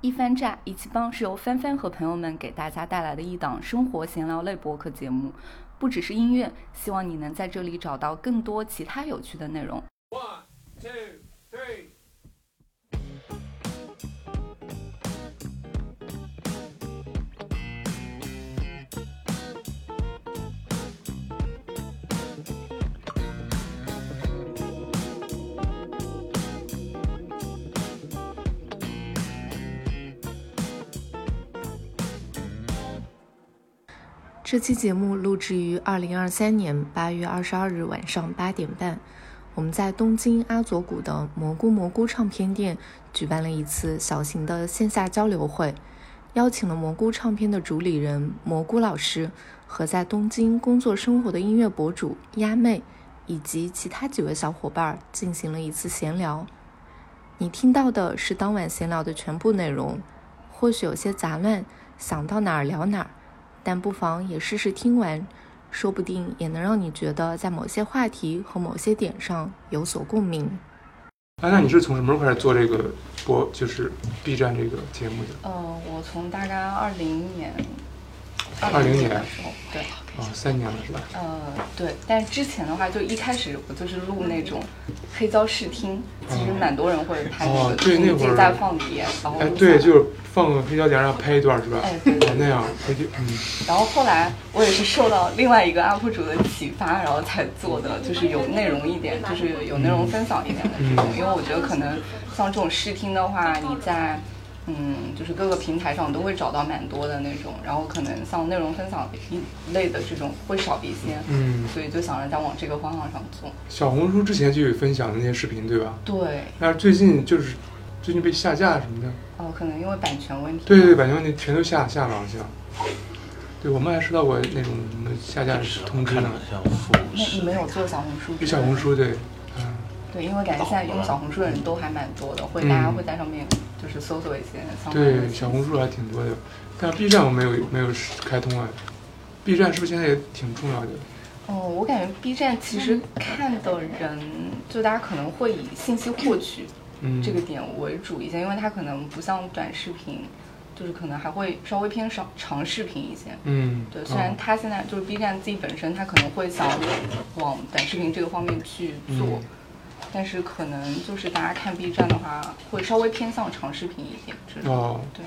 一番炸一起帮是由帆帆和朋友们给大家带来的一档生活闲聊类播客节目，不只是音乐，希望你能在这里找到更多其他有趣的内容。 One, two, three. 这期节目录制于2023年8月22日晚上8点半，我们在东京阿佐谷的蘑菇唱片店举办了一次小型的线下交流会，邀请了蘑菇唱片的主理人蘑菇老师和在东京工作生活的音乐博主鸭妹以及其他几位小伙伴进行了一次闲聊。你听到的是当晚闲聊的全部内容，或许有些杂乱，想到哪儿聊哪儿，但不妨也试试听完，说不定也能让你觉得在某些话题和某些点上有所共鸣。 那你是从什么时候开始做这个就是 B 站这个节目的？ 我从大概20年的时候，对 ，3年了是吧？ 对，但之前的话，就一开始我就是录那种黑胶试听，其实蛮多人会拍那个， 对，那会儿再放碟，然后对，就是放个黑胶碟上拍一段是吧？ 对， 那样然后后来我也是受到另外一个 UP 主的启发，然后才做的，就是有内容一点，就是有内容分享一点的这种，因为我觉得可能像这种试听的话，你在就是各个平台上都会找到蛮多的那种，然后可能像内容分享一类的这种会少一些，所以就想着再往这个方向上做。小红书之前就有分享的那些视频，对吧？ 对。 但是最近被下架什么的。 可能因为版权问题。 对，版权问题全都下了，好像。对，我们还收到过那种什么下架通知呢。 那你们有做小红书？ 小红书对。 对，因为感觉现在用小红书的人都还蛮多的，大家会在上面就是搜索一些相关的。 对，小红书还挺多的，但 B 站我没有开通啊。B 站是不是现在也挺重要的？ 我感觉 B 站其实看的人，就大家可能会以信息获取这个点为主一些，因为它可能不像短视频，就是可能还会稍微偏长视频一些。对，虽然它现在就是 B 站自己本身，它可能会想往短视频这个方面去做。但是可能就是大家看 B 站的话，会稍微偏向长视频一点这种。对。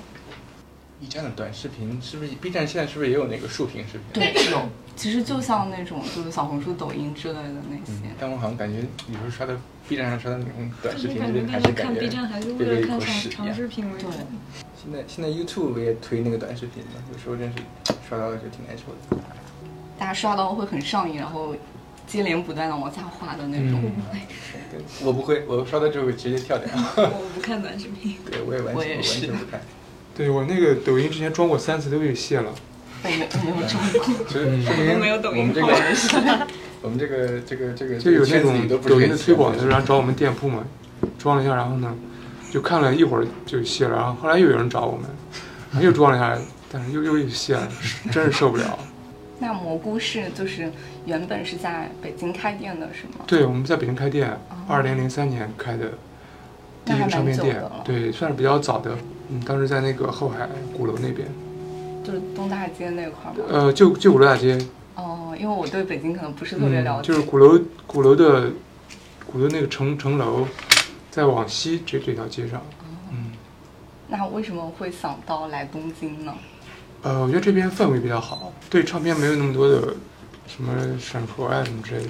B 站的短视频是不是 B 站现在是不是也有那个竖屏视频？ 对，有。其实就像那种就是小红书、抖音之类的那些。 但我好像感觉有时候刷的 B 站上刷的那种短视频，还是看 B 站还是为了看长视频为主。 现在 YouTube 也推那个短视频嘛，有时候真是刷到的就挺难受的。 大家刷到会很上瘾，然后接连不断的往下滑的那种。 我不会，我刷到之后直接跳掉。 我不看短视频。 对，我也完全不看。 对，我那个抖音之前装过3次都给卸了。 我没有装过。 我没有抖音。 我们这个就有那种抖音的推广的，然后找我们店铺嘛，装了一下，然后呢，就看了一会儿就卸了，然后后来又有人找我们，然后又装了一下，但是又卸了，真是受不了。 那蘑菇是就是原本是在北京开店的是吗？ 对，我们在北京开店，2003年开的第一个唱片店，对，算是比较早的。当时在那个后海鼓楼那边， 就是东大街那块吗？ 就鼓楼大街。 因为我对北京可能不是特别了解。 就是鼓楼那个城楼，再往西这条街上。 那为什么会想到来东京呢？ 我觉得这边氛围比较好，对唱片没有那么多的什么审核啊什么之类的。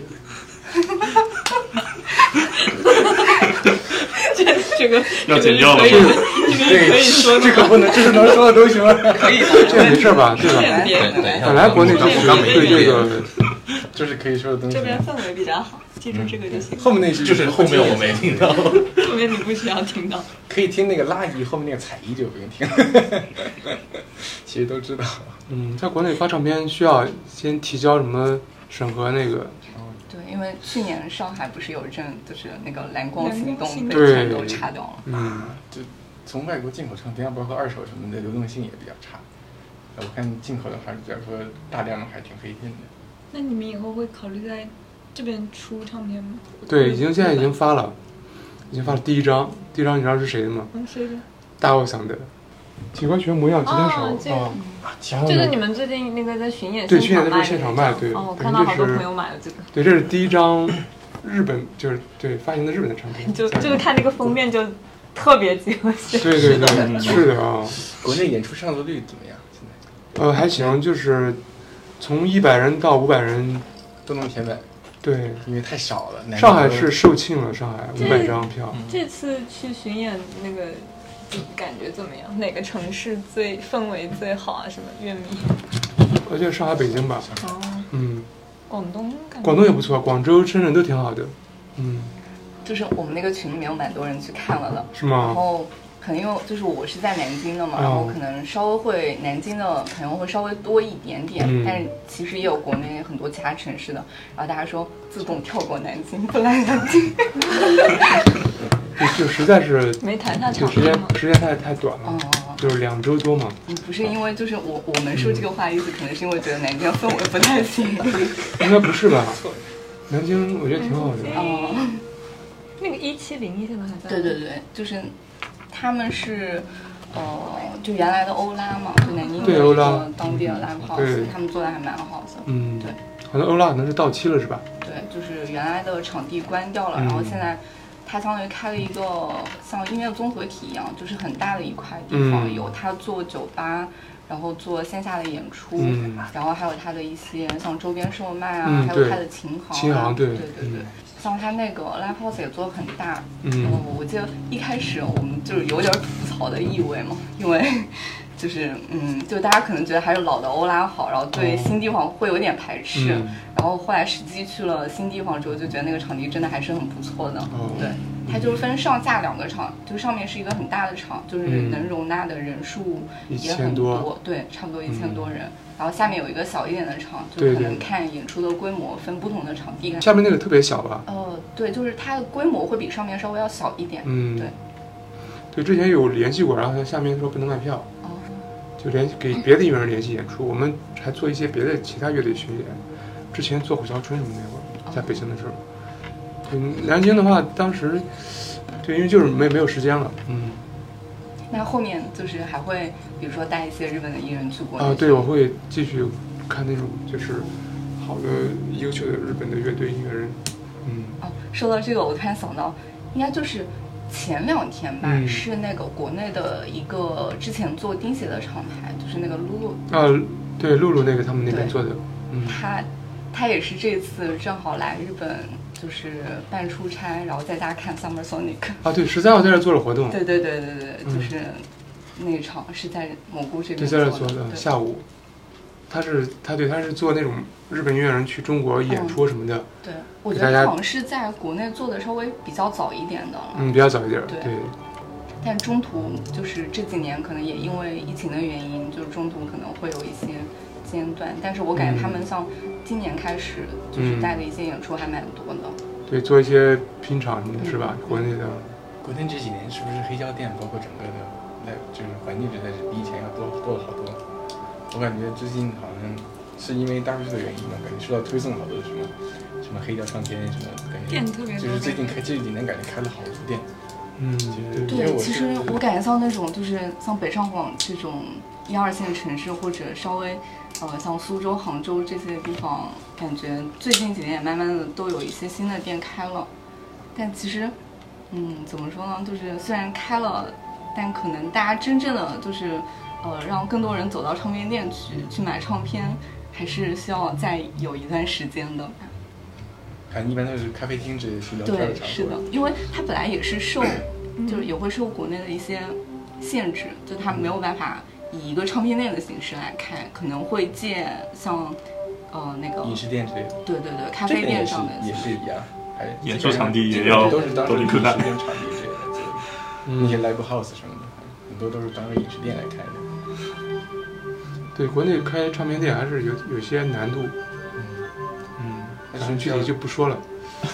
这个要剪掉了吗？ 可以说这个不能，这是能说的东西吗？ 可以的， 这没事吧？对吧？本来国内就是对这个， 就是可以说的东西。 这边氛围比较好，记住这个就行。 后面那句就是后面我没听到， 后面你不需要听到。 可以听那个垃圾，后面那个彩衣就不用听。其实都知道。 在国内发唱片需要先提交什么审核那个。 对，因为去年上海不是有一阵就是那个蓝光行动被全都查掉了。 就从外国进口唱片，包括二手什么的，流动性也比较差。我看进口的话，假如说大量的还挺费劲的。 那你们以后会考虑在这边出唱片吗？ 对，现在已经发了第一张，你知道是谁的吗？ 谁的？ 大奥桑的。 几个学模样吉他手就是你们最近那个在巡演对巡演的时候现场卖，对， 我看到好多朋友买了这个。 对，这是第一张日本就是对发行的日本的唱片， 就是看那个封面就特别集合性。 对，是的啊。 国内演出上座率怎么样？现在？ 还行，就是从100人到500人都能填满。 对， 因为太少了。 上海是售罄了，上海500张票。 这次去巡演那个感觉怎么样？哪个城市氛围最好啊？什么乐迷？ 我觉得上海、北京吧。 广东也不错，广州、深圳都挺好的。 就是我们那个群里面有蛮多人去看了的。 是吗？ 然后可能因为就是我是在南京的嘛，然后可能稍微会南京的朋友会稍微多一点点，但是其实也有国内很多其他城市的。然后大家说自动跳过南京，不来南京。 就实在是没谈下场， 时间太短了，就是2周多嘛。 不是因为就是我们说这个话意思，可能是因为觉得南京氛围不太行。 应该不是吧？南京我觉得挺好的。 那个1701现在还在。 对，就是他们是就原来的欧拉嘛，就南京的一个当地的 live house，他们做的还蛮好的。对。 好像欧拉可能是到期了是吧？ 对，就是原来的场地关掉了，然后现在它相当于开了一个像音乐综合体一样，就是很大的一块地方，有它做酒吧，然后做线下的演出，然后还有它的一些像周边售卖啊，还有它的琴行，对。像它那个 live house 也做很大，我记得一开始我们就是有点吐槽的意味嘛，因为就是就大家可能觉得还是老的欧拉好，然后对新地方会有点排斥，然后后来实际去了新地方之后，就觉得那个场地真的还是很不错的。对，它就是分上下2个场，就上面是一个很大的场，就是能容纳的人数也很多，对，差不多1000多人。然后下面有一个小一点的场，就可能看演出的规模分不同的场地。 下面那个特别小吧？ 对，就是它的规模会比上面稍微要小一点。 对，之前有联系过，然后他下面说不能卖票，就给别的音乐人联系演出。我们还做一些别的其他乐队巡演，之前做虎啸春什么那会儿，在北京的时候。南京的话，当时对，因为就是没有时间了。 那后面就是还会，比如说带一些日本的艺人去国内。 对，我会继续看那种就是好的、优秀的日本的乐队音乐人。 说到这个，我突然想到，应该就是前2天吧，是那个国内的一个之前做钉鞋的厂牌，就是那个露露。 对，露露那个他们那边做的。 他也是这次正好来日本。就是办出差，然后在家看 Summer Sonic。对 ，13号在这做了活动。 对，就是那场是在蘑菇这边在这做的，下午。他是做那种日本音乐人去中国演出什么的。 对，我觉得好像是在国内做的稍微比较早一点的了。 比较早一点。 对。但中途就是这几年可能也因为疫情的原因，就是中途可能会有一些间断，但是我感觉他们像今年开始就是带的一些演出还蛮多的。 对，做一些拼场什么的，是吧？国内这几年是不是黑胶店包括整个的就是环境实在是比以前要多了好多？我感觉最近好像是因为大数据的原因嘛，感觉受到推送好多什么黑胶唱片什么，感觉店特别多， 就是最近这几年感觉开了好多店。 对，其实我感觉像那种就是像北上广这种1、2线城市，或者稍微像苏州、杭州这些地方，感觉最近几年也慢慢的都有一些新的店开了。但其实怎么说呢，就是虽然开了，但可能大家真正的就是让更多人走到唱片店去买唱片，还是需要再有一段时间的。 一般都是咖啡厅之类的聊天的场所。 对，是的，因为它本来也是就是也会受国内的一些限制，就它没有办法以一个唱片店的形式来开，可能会借像那个饮食店之类的。 对，咖啡店上的也是一样， 演出场地也要都是当时饮食店场地之类的，那些 live house 什么的，很多都是当个饮食店来开的。 对，国内开唱片店还是有些难度。具体就不说了，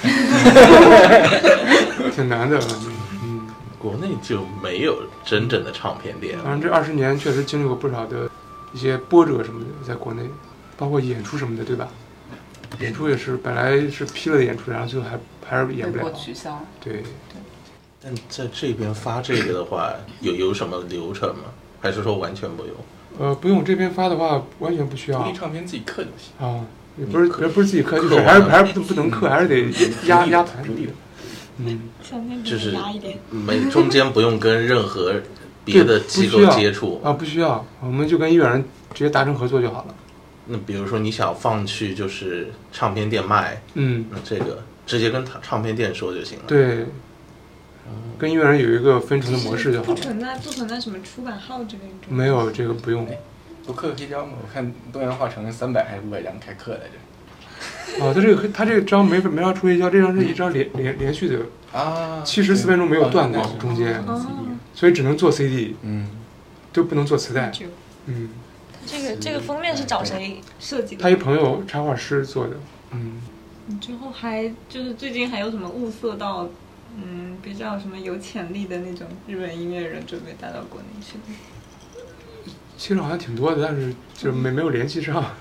挺难的。 国内就没有真正的唱片店。 当然，这20年确实经历过不少的一些波折什么的，在国内，包括演出什么的，对吧？演出也是本来是批了的演出，然后最后还是演不了， 被迫取消。 对。 但在这边发这个的话，有什么流程吗？ 还是说完全不用？ 不用，这边发的话完全不需要。 独立唱片自己刻就行啊，也不是自己刻，就是还是不能刻，还是得压盘独立的。 就是中间不用跟任何别的机构接触啊，不需要，我们就跟音乐人直接达成合作就好了。 那比如说你想放去就是唱片店卖，那这个直接跟唱片店说就行了。 对，跟音乐人有一个分成的模式就好了。 不存在什么出版号之类的。 没有，这个不用。 不刻黑胶吗？我看东洋画城300还是500张开刻来着。 哦，他这个张没法出黑胶，这张是一张连续的啊，70分钟没有断过中间，所以只能做 CD，都不能做磁带， 这个封面是找谁设计的？ 他一朋友插画师做的， 你之后还就是最近还有什么物色到，比较什么有潜力的那种日本音乐人准备带到国内去的？ 其实好像挺多的，但是就没有联系上。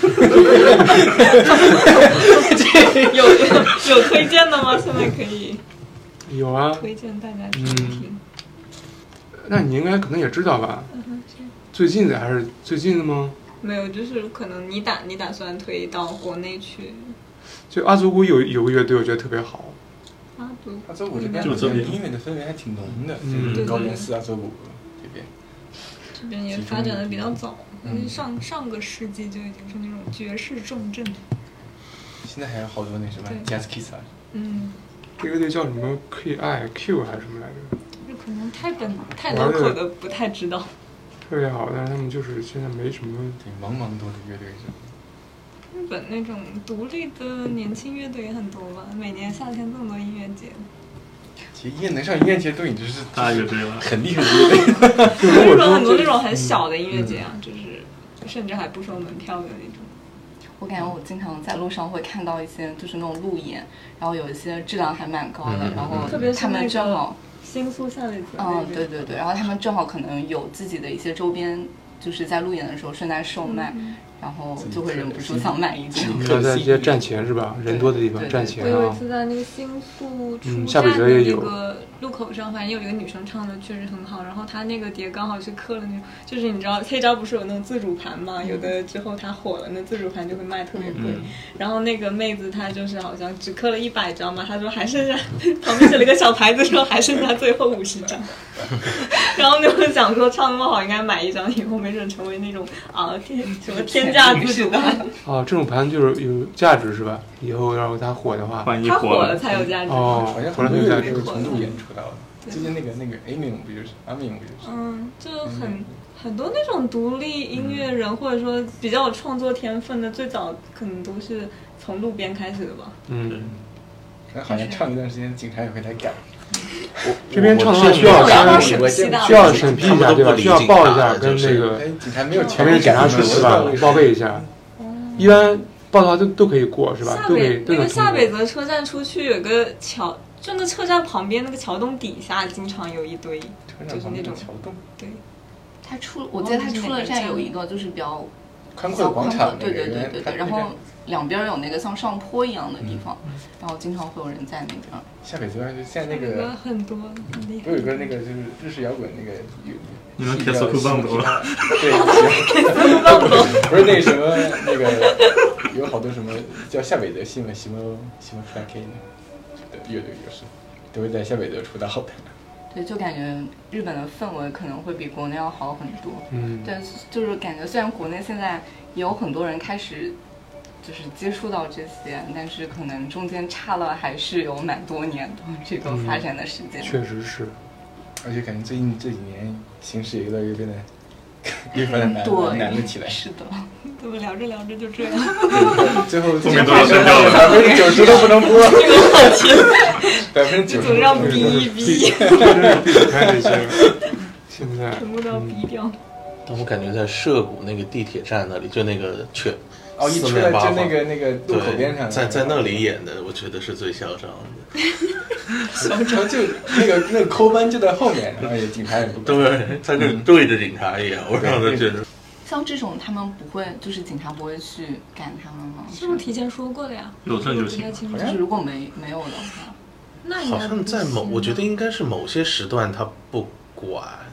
有推荐的吗？现在可以。 有啊。 推荐大家听听。 那你应该可能也知道吧？最近的还是最近的吗？ 没有，就是可能你打算推到国内去。 就阿佐谷有个乐队，我觉得特别好。 阿佐谷这边音乐的氛围还挺浓的，就是高原寺阿佐谷这边。 这边也发展的比较早，上个世纪就已经是那种爵士重镇。 现在还有好多那什么 Jazz Kiss 啊。 这个乐队叫什么 KIQ 还是什么来着？ 这可能太 local 的不太知道。 特别好，但是他们就是现在没什么。 对，茫茫多的乐队是。 日本那种独立的年轻乐队也很多吧？每年夏天这么多音乐节。 其实能上音乐节都已经是大乐队了， 很厉害的乐队。 日本很多那种很小的音乐节啊，就是甚至还不收门票的那种。 我感觉我经常在路上会看到一些就是那种路演，然后有一些质量还蛮高的，然后他们正好新宿夏威夷。 对，然后他们正好可能有自己的一些周边，就是在路演的时候顺带售卖。然后就会忍不住想买一件。 要在一些站前是吧？人多的地方站前啊。 我有一次在那个新宿出站的那个路口上，反正有一个女生唱的确实很好，然后她那个碟刚好是刻了那种，就是你知道黑胶不是有那种自主盘嘛？有的之后它火了，那自主盘就会卖特别贵。然后那个妹子她就是好像只刻了100张嘛，她说还剩下，旁边写了一个小牌子说还剩下最后50张。然后就想说唱那么好，应该买一张，以后没准成为那种什么天价自主盘。 这种盘就是有价值是吧？以后要是它火的话， 它火了才有价值。 好像很多乐队是从路演出道的。最近那个 Amin 不就是Amin 不就是？ 就很多那种独立音乐人，或者说比较有创作天分的，最早可能都是从路边开始的吧。 好像唱一段时间，警察也会来赶。 这边唱的话需要审批一下，对吧？需要报一下，跟那个前面警察说是吧？报备一下。一般报的话都可以过是吧？ 那个下北泽车站出去有个桥，就那车站旁边那个桥洞底下，经常有一堆，就是那种桥洞。 对， 我记得他出了站有一个就是比较宽阔的广场， 对，然后两边有那个像上坡一样的地方，然后经常会有人在那边。 下北泽现在那个很多， 不有一个那个就是日式摇滚那个你们铁丝裤棒斗了？ 对，铁丝裤棒斗不是那什么那个有好多什么叫下北泽西门 Flaky 的乐队就是都会在下北泽出道的。 对，就感觉日本的氛围可能会比国内要好很多。对，就是感觉虽然国内现在也有很多人开始就是接触到这些，但是可能中间差了还是有蛮多年的这个发展的时间。 确实是， 而且感觉最近这几年形势也越来越变得越发的难了起来。 是的， 怎么聊着聊着就这样？ 最后后面都要删掉了 ，90%都不能播。 这个话题 ，90% 总让逼一逼。 看这些，现在全部都要逼掉。 我感觉在涉谷那个地铁站那里，就那个一出来就那个路口边上， 在那里演的，我觉得是最嚣张的。 嚣张就那个扣班就在后面，然后也警察也不对，在那对着警察一样，我让他觉得。 像这种他们不会，就是警察不会去赶他们吗？ 是不是提前说过的呀？ 有证就行。 就是如果没有的话， 那好像在我觉得应该是某些时段他不管。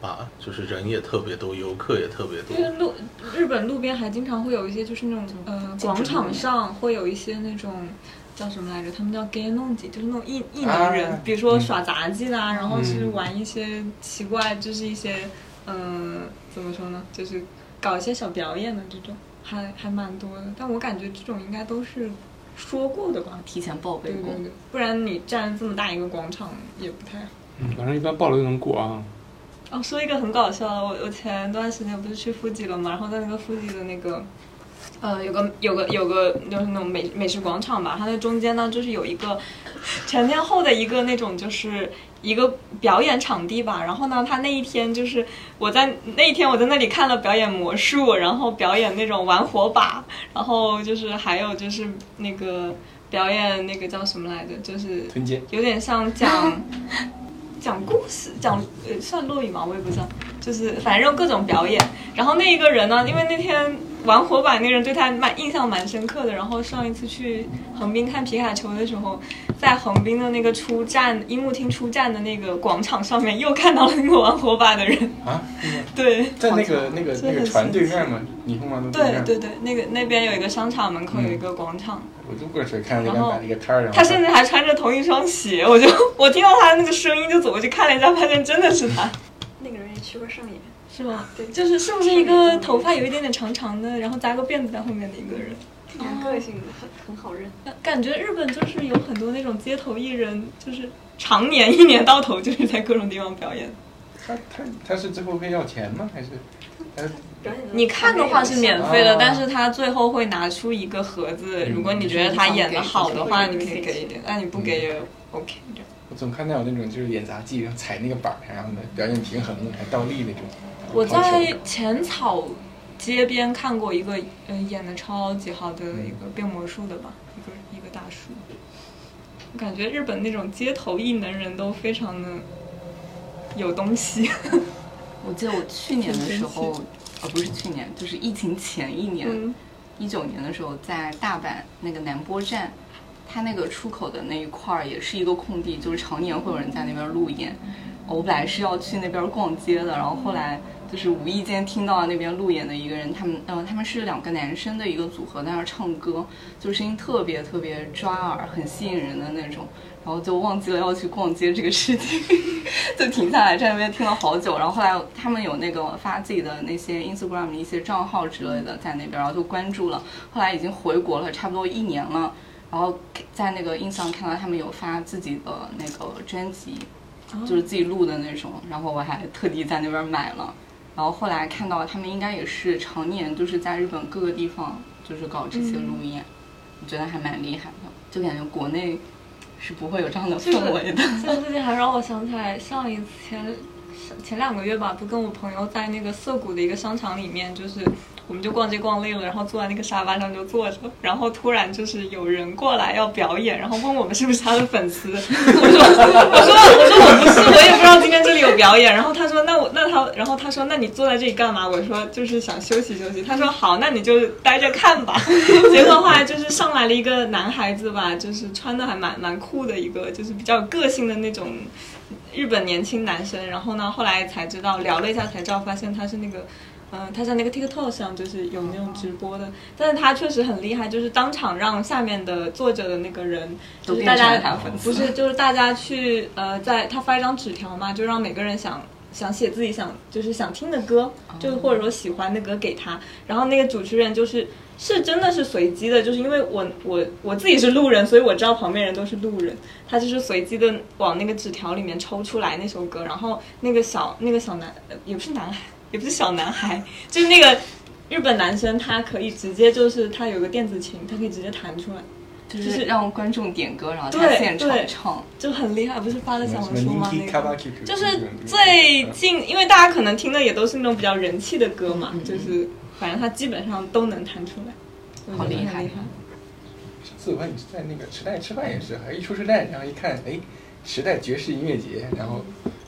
吧，就是人也特别多，游客也特别多。 因为日本路边还经常会有一些就是那种广场上会有一些那种叫什么来着？他们叫 geinoji， 就是那种异能人，比如说耍杂技啦，然后是玩一些奇怪，就是一些怎么说呢，就是搞一些小表演的这种，还蛮多的。但我感觉这种应该都是说过的吧， 提前报备过， 对，不然你占这么大一个广场也不太好。 反正一般报了就能过啊。 哦，说一个很搞笑的，我前段时间不是去富吉了嘛，然后在那个富吉的那个，有个就是那种美食广场吧，它那中间呢就是有一个全天候的一个那种就是一个表演场地吧，然后呢，他那一天就是我在那里看了表演魔术，然后表演那种玩火把，然后就是还有就是那个表演那个叫什么来着，就是有点像讲故事，算落语吗？我也不知道，就是反正有各种表演。然后那一个人呢，因为那天玩火把那个人对他印象蛮深刻的。然后上一次去横滨看皮卡丘的时候，在横滨的那个樱木町出站的那个广场上面，又看到了那个玩火把的人啊。 对， 在那个船对面嘛，霓虹丸的对面。 对，那边有一个商场门口有一个广场。 我就过去看那边摆了一个摊儿， 他甚至还穿着同一双鞋，我听到他那个声音就走过去看了一下，发现真的是他。 那个人也去过上野， 是吗？对，是不是一个头发有一点点长长的，然后扎个辫子在后面的一个人？ 挺有个性的，很好认。 感觉日本就是有很多那种街头艺人，就是常年一年到头就是在各种地方表演。 他是最后会要钱吗？还是？ 你看的话是免费的，但是他最后会拿出一个盒子，如果你觉得他演得好的话，你可以给一点，但你不给也 OK。 我总看到有那种就是演杂技，然后踩那个板上，然后呢表演平衡，还倒立那种。 我在浅草街边看过一个演得超级好的一个变魔术的吧，一个大叔。我感觉日本那种街头艺能人都非常的有东西。 我记得我去年的时候，不是去年，就是疫情前一年，19年的时候，在大阪那个南波站，它那个出口的那一块也是一个空地，就是常年会有人在那边路演。我本来是要去那边逛街的，然后后来就是无意间听到了那边路演的一个人，他们是2个男生的一个组合在那儿唱歌，就声音特别特别抓耳，很吸引人的那种。然后就忘记了要去逛街这个事情，就停下来在那边听了好久。然后后来他们有那个发自己的那些 Instagram 的一些账号之类的在那边，然后就关注了。后来已经回国了，差不多1年了。然后在那个 Instagram 看到他们有发自己的那个专辑，就是自己录的那种。然后我还特地在那边买了。然后后来看到他们应该也是常年就是在日本各个地方就是搞这些路演，我觉得还蛮厉害的。就感觉国内是不会有这样的氛围的。 这个事情还让我想起来前2个月吧，不跟我朋友在那个涩谷的一个商场里面，就是我们就逛街逛累了，然后坐在那个沙发上就坐着，然后突然就是有人过来要表演，然后问我们是不是他的粉丝。我说我不是，我也不知道今天这里有表演。然后他说然后他说那你坐在这里干嘛？我说就是想休息休息。他说好，那你就待着看吧。结果后来就是上来了一个男孩子吧，就是穿的还蛮酷的一个，就是比较有个性的那种日本年轻男生。然后呢，后来才知道，聊了一下才知道，发现他是那个他在那个 TikTok 上就是有那种直播的，但是他确实很厉害，就是当场让下面的坐着的那个人，就是大家不是就是大家去在他发一张纸条嘛，就让每个人想写自己就是想听的歌，就或者说喜欢的歌给他，然后那个主持人是真的是随机的，就是因为我自己是路人，所以我知道旁边人都是路人，他就是随机的往那个纸条里面抽出来那首歌，然后那个小男也不是男孩。也不是小男孩，就是那个日本男生，他可以直接就是他有个电子琴，他可以直接弹出来， 就是让观众点歌，然后他现场唱， 就很厉害。不是发了小红书吗？那个就是最近，因为大家可能听的也都是那种比较人气的歌嘛，就是反正他基本上都能弹出来， 好厉害。 上次我看你在那个时代吃饭也是，还一出时代，然后一看，哎，时代爵士音乐节，然后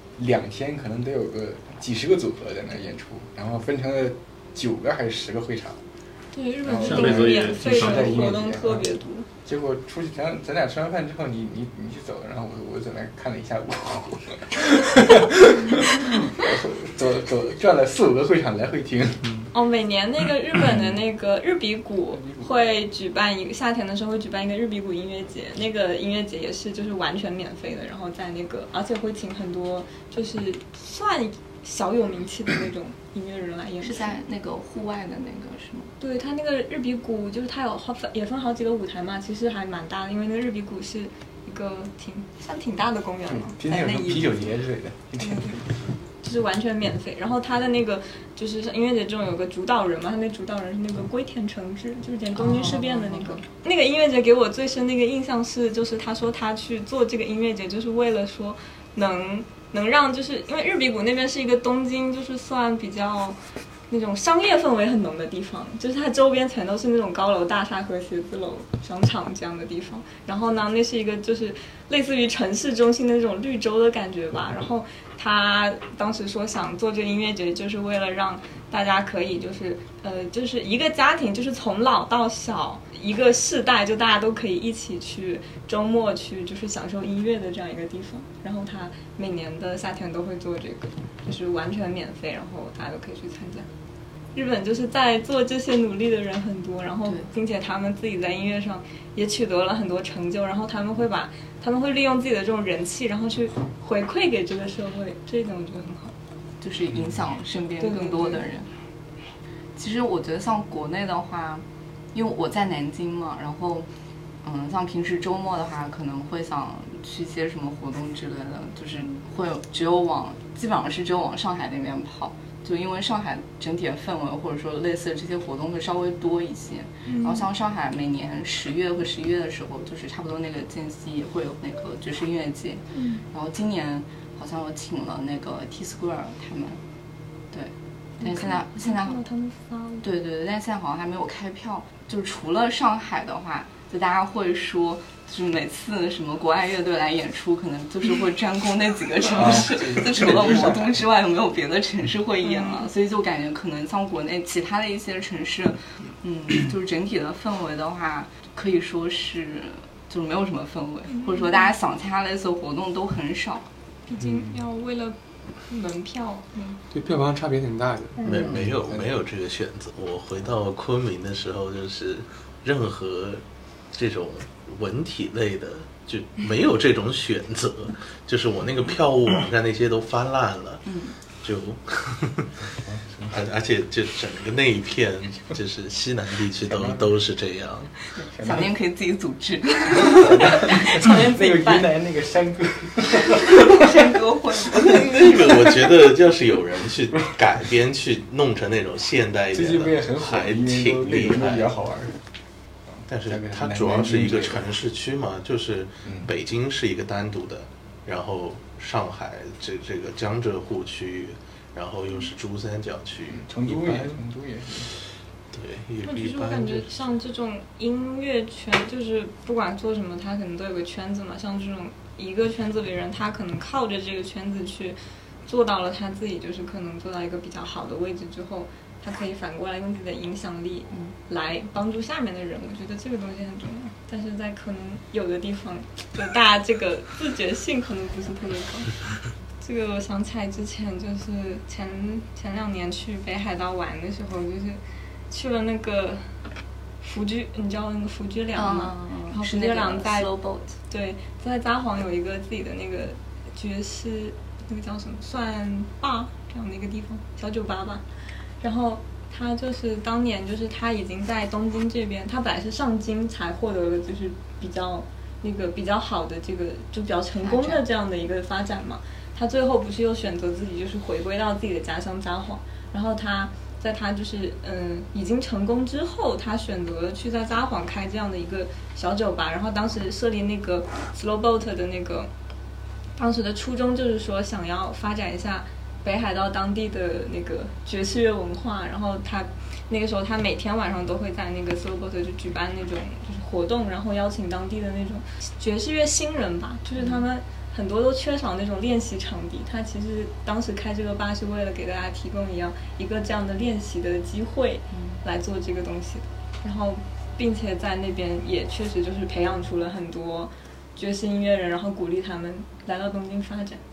2天可能得有个几十个组合在那演出，然后分成了9个还是10个会场。 对，日本这种免费的活动特别多。 结果出去咱俩吃完饭之后，你去走了，然后我在那看了一下午。 转了4-5个会场来回听。 哦，每年那个日本的那个日比谷会举办一个夏天的时候会举办一个日比谷音乐节，那个音乐节也是就是完全免费的，然后在那个而且会请很多就是算小有名气的那种音乐人来演出。 是在那个户外的那个是吗？ 对，它那个日比谷就是它也分好几个舞台嘛，其实还蛮大的，因为那个日比谷是一个算挺大的公园嘛， 今天有什么啤酒节之类的。 就是完全免费，然后他的那个就是音乐节中有个主导人嘛，他那主导人是那个龟田诚治，就是演东京事变的那个。那个音乐节给我最深的一个印象是，就是他说他去做这个音乐节，就是为了说能让，就是因为日比谷那边是一个东京，就是算比较那种商业氛围很浓的地方，就是它周边全都是那种高楼大厦和写字楼、商场这样的地方。然后呢，那是一个就是类似于城市中心的那种绿洲的感觉吧。然后他当时说想做这个音乐节，就是为了让大家可以就是一个家庭，就是从老到小一个世代，就大家都可以一起去周末去就是享受音乐的这样一个地方。然后他每年的夏天都会做这个，就是完全免费，然后大家都可以去参加。日本就是在做这些努力的人很多，然后并且他们自己在音乐上也取得了很多成就，然后他们会利用自己的这种人气，然后去回馈给这个社会，这一点我觉得很好， 就是影响身边更多的人。其实我觉得像国内的话，因为我在南京嘛，然后像平时周末的话，可能会想去一些什么活动之类的，就是基本上是只有往上海那边跑。就因为上海整体的氛围或者说类似的这些活动会稍微多一些，然后像上海每年10月和11月的时候，就是差不多那个间隙也会有那个爵士音乐节，然后今年好像我请了那个 T Square 他们，对，但是现在他们发了， 对，但现在好像还没有开票。就是除了上海的话，就大家会说，就是每次什么国外乐队来演出，可能就是会专攻那几个城市，就除了魔都之外，有没有别的城市会演了？所以就感觉可能像国内其他的一些城市，就是整体的氛围的话，可以说是就是没有什么氛围，或者说大家想参加类似活动都很少， 毕竟要为了门票， 对，票房差别挺大的。 没有这个选择。我回到昆明的时候，就是任何这种文体类的就没有这种选择，就是我那个票务网站那些都翻烂了，就而且就整个那一片就是西南地区都是这样。 想念可以自己组织， 想念自己办那个云南那个山歌会， 那个我觉得要是有人去改编去弄成那种现代一点的，还挺厉害， 比较好玩。 但是它主要是一个城市区嘛，就是北京是一个单独的，然后上海这个江浙沪区域，然后又是珠三角区域， 成都也是。 对， 其实我感觉像这种音乐圈，就是不管做什么，他可能都有个圈子嘛。像这种一个圈子里人，他可能靠着这个圈子去做到了他自己，就是可能做到一个比较好的位置之后，他可以反过来用自己的影响力来帮助下面的人。我觉得这个东西很重要，但是在可能有的地方，就大家这个自觉性可能不是特别高。这个我想起来之前就是前2年去北海道玩的时候，就是去了那个福居，你知道那个福居良吗？然后福居良在对，在札幌有一个自己的那个爵士，那个叫什么算吧这样的一个地方，小酒吧吧。然后他就是当年就是他已经在东京这边，他本来是上京才获得了就是比较好的这个就比较成功的这样的一个发展嘛。他最后不是又选择自己就是回归到自己的家乡札幌，然后他在他就是已经成功之后，他选择去在札幌开这样的一个小酒吧，然后当时设立那个 Slow Boat 的那个当时的初衷就是说想要发展一下北海道当地的那个爵士乐文化，然后他那个时候他每天晚上都会在那个 Slow Boat 就举办那种就是活动，然后邀请当地的那种爵士乐新人吧，就是他们很多都缺少那种练习场地，他其实当时开这个吧是为了给大家提供一个这样的练习的机会来做这个东西的，然后并且在那边也确实就是培养出了很多爵士音乐人，然后鼓励他们来到东京发展。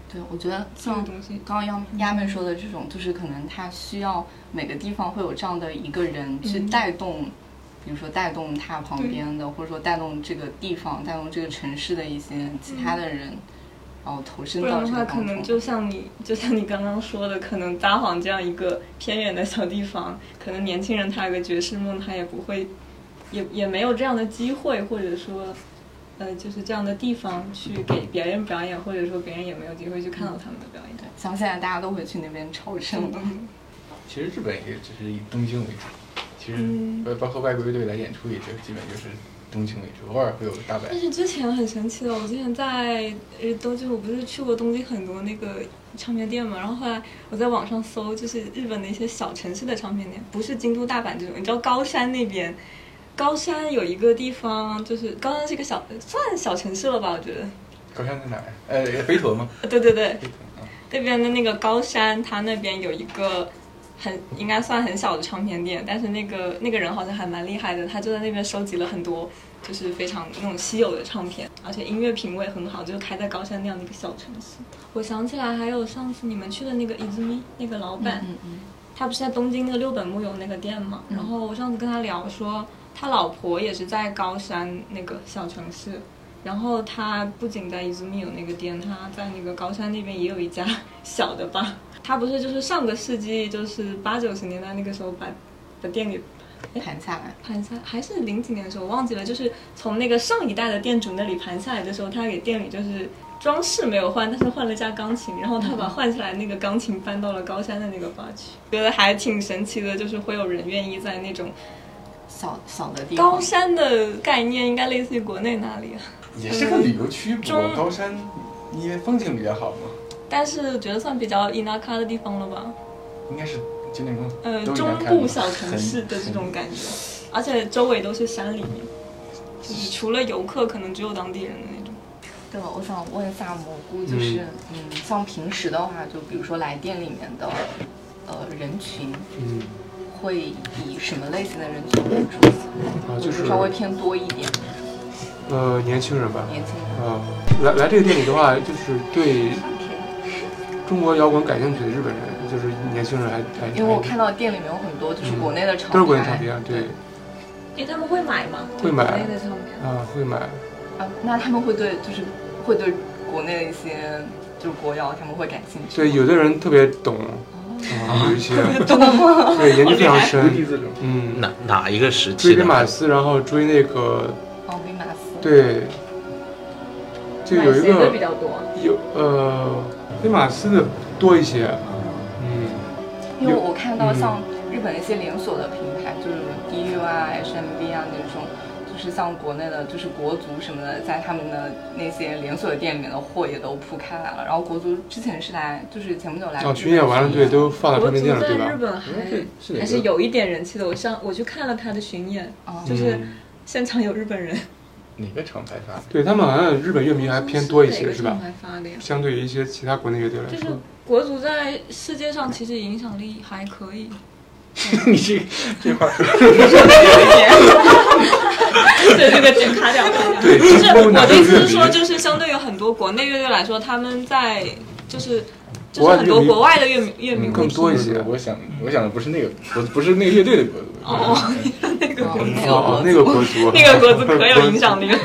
对，我觉得像刚刚丫妹说的这种，就是可能它需要每个地方会有这样的一个人去带动，比如说带动它旁边的，或者说带动这个地方、带动这个城市的一些其他的人，然后投身到这个当中。 不然的话，可能就像你刚刚说的，可能撒谎这样一个偏远的小地方，可能年轻人他有个爵士梦，他也不会，也没有这样的机会，或者说。就是这样的地方去给别人表演，或者说别人也没有机会去看到他们的表演。 对，像现在大家都会去那边朝圣的。 其实日本也只是以东京为主，其实包括外国乐队来演出也就基本就是东京为主，偶尔会有大阪。 但是之前很神奇的，我之前在东京，我不是去过东京很多那个唱片店嘛，然后后来我在网上搜，就是日本的一些小城市的唱片店，不是京都、大阪这种，你知道高山那边。高山有一个地方，就是高山是一个算小城市了吧？我觉得。 高山在哪儿？飞驼吗？ 对对对，那边的那个高山，它那边有一个应该算很小的唱片店，但是那个人好像还蛮厉害的，他就在那边收集了很多就是非常那种稀有的唱片，而且音乐品味很好，就是开在高山那样的一个小城市。我想起来还有上次你们去的那个Izumi那个老板，他不是在东京那个六本木有那个店嘛？然后我上次跟他聊说。他老婆也是在高山那个小城市，然后他不仅在Izumi有那个店，他在那个高山那边也有一家小的吧。他不是就是上个世纪就是80、90年代那个时候把店给盘下来， 还是00几年的时候我忘记了，就是从那个上一代的店主那里盘下来的时候，他给店里就是装饰没有换，但是换了架钢琴，然后他把换下来那个钢琴搬到了高山的那个吧去，觉得还挺神奇的，就是会有人愿意在那种。 小的地方， 高山的概念应该类似于国内哪里啊？ 也是个旅游区，不过高山因为风景比较好嘛。 但是觉得算比较田舎的地方了吧？ 应该是就那种中部小城市的这种感觉，而且周围都是山里面，就是除了游客，可能只有当地人的那种。 对了，我想问一下蘑菇，就是像平时的话，就比如说来店里面的人群，会以什么类型的人群为主？就是稍微偏多一点。 年轻人吧。 年轻人。 来这个店里的话，就是对中国摇滚感兴趣的日本人，就是年轻人还。 因为我看到店里面有很多就是国内的唱片。 都是国内唱片，对。 他们会买吗？ 会买。 国内的唱片。 会买。 那他们会对国内的一些就是国谣，他们会感兴趣。 对，有的人特别懂。有一些对研究非常深， 哪一个时期？ 追兵马司，然后追那个兵马司。 对，就有一个比较多。 有兵马司的多一些， 因为我看到像日本一些连锁的品牌，就是 DU 啊、HMB 啊那种。就是像国内的，就是国足什么的，在他们的那些连锁的店里面的货也都铺开来了。然后国足之前是来，就是前不久来。 巡演完了，对，都放到唱片店了，对吧？ 国足在日本还是有一点人气的。我去看了他的巡演，就是现场有日本人。 哪个厂牌发的？ 对他们好像日本乐迷还偏多一些，是吧？ 发的呀？ 相对于一些其他国内乐队来说， 就是国足在世界上其实影响力还可以。 你这话说对，这个点卡掉。 对， 就是我的意思是说，就是相对于很多国内乐队来说，他们在就是很多国外的乐迷更多一些。 我想的不是那个，不是那个乐队的国足。 那个国足，那个国足， 那个国足可有影响力了。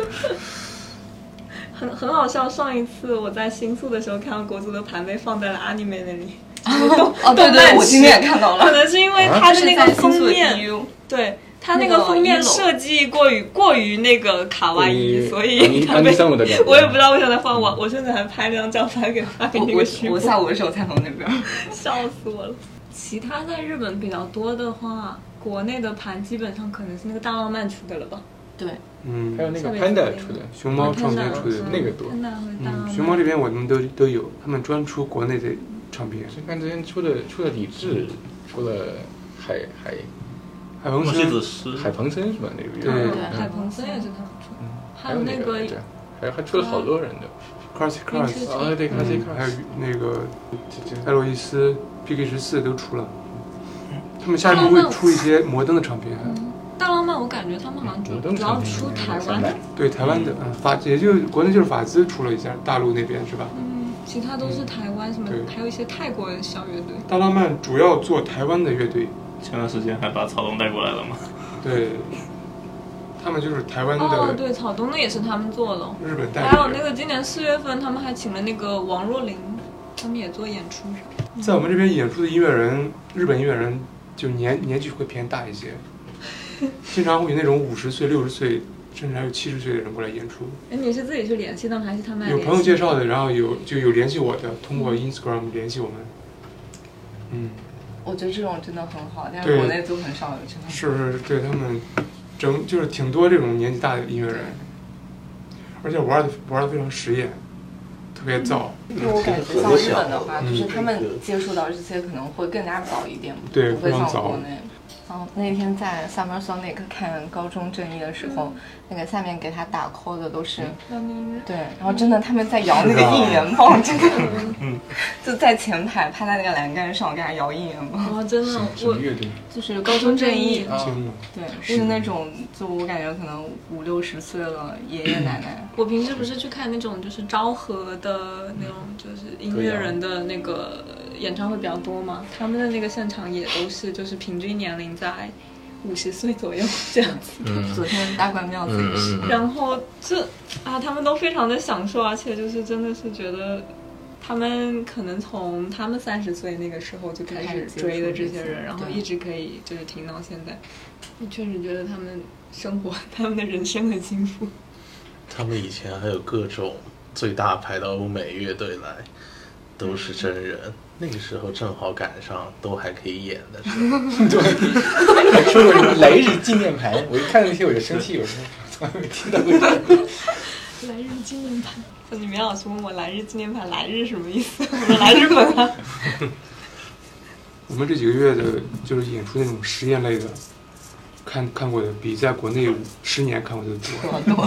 很好笑，上一次我在新宿的时候看到国足的盘被放在了阿尼梅那里。 对，我今天也看到了。 可能是因为它的那个封面，对它那个封面设计过于那个卡哇伊，所以它被我也不知道为什么在放我甚至还拍了张照发给那个徐。 我下午的时候才从那边， 笑死我了。其他在日本比较多的话，国内的盘基本上可能是那个大浪漫出的了吧？ 对， 还有那个 Panda 出的， 熊猫唱片出的那个多。 熊猫这边我们都有，他们专出国内的唱片。 看之前出了李志，出了海鹏森是吧？那个对， 海鹏森也是他们出。还有那个， 还出了好多人的。 Classic Cars， 对 Classic Cars， 还有那个艾洛伊斯 PK14都出了。他们下一步会出一些摩登的唱片。 大浪漫我感觉他们好像主要出台湾的。 对台湾的，也就国内就是法兹出了一下，大陆那边是吧？ 其他都是台湾什么，还有一些泰国的小乐队。 大浪漫主要做台湾的乐队， 前段时间还把草东带过来了嘛。 对，他们就是台湾的。 哦，对，草东的也是他们做的。 日本代理。 还有那个今年4月份，他们还请了那个王若琳，他们也做演出。 在我们这边演出的音乐人，日本音乐人就年纪会偏大一些，经常会有那种50岁、60岁。甚至还有70岁的人过来演出。 哎，你是自己去联系他们，还是他们有朋友介绍的？然后有联系我的，通过 Instagram 联系我们。 我觉得这种真的很好，但是国内就很少有这种。 是，对他们就是挺多这种年纪大的音乐人，而且玩的非常实验，特别燥。 就我感觉像日本的话，就是他们接触到这些可能会更加早一点， 对， 不会像国内。那天在 Summer Sonic 看高中正义的时候，那个下面给他打 call 的都是对，然后真的他们在摇那个应援棒，真的，就在前排趴在那个栏杆上给他摇应援棒。 哇，真的， 什么乐队？ 就是高中正义， 对， 是那种就我感觉可能50、60岁了爷爷奶奶。 我平时不是去看那种就是昭和的那种就是音乐人的那个演唱会比较多嘛，他们的那个现场也都是就是平均年龄在50岁左右这样子。 昨天大关庙子也是。 然后他们都非常的享受，而且就是真的是觉得他们可能从他们30岁那个时候就开始追的这些人，然后一直可以就是听到现在，确实觉得他们生活他们的人生很幸福。 他们以前还有各种最大牌的欧美乐队来，都是真人。那个时候正好赶上都还可以演的时候。 对，还说过什么来日纪念牌，我一看那些我就生气，我说从来没听到过。 来日纪念牌，你们老师问我来日纪念牌，来日什么意思？我说来日本啊。 我们这几个月的就是演出那种实验类的，看过的比在国内10年看过的多。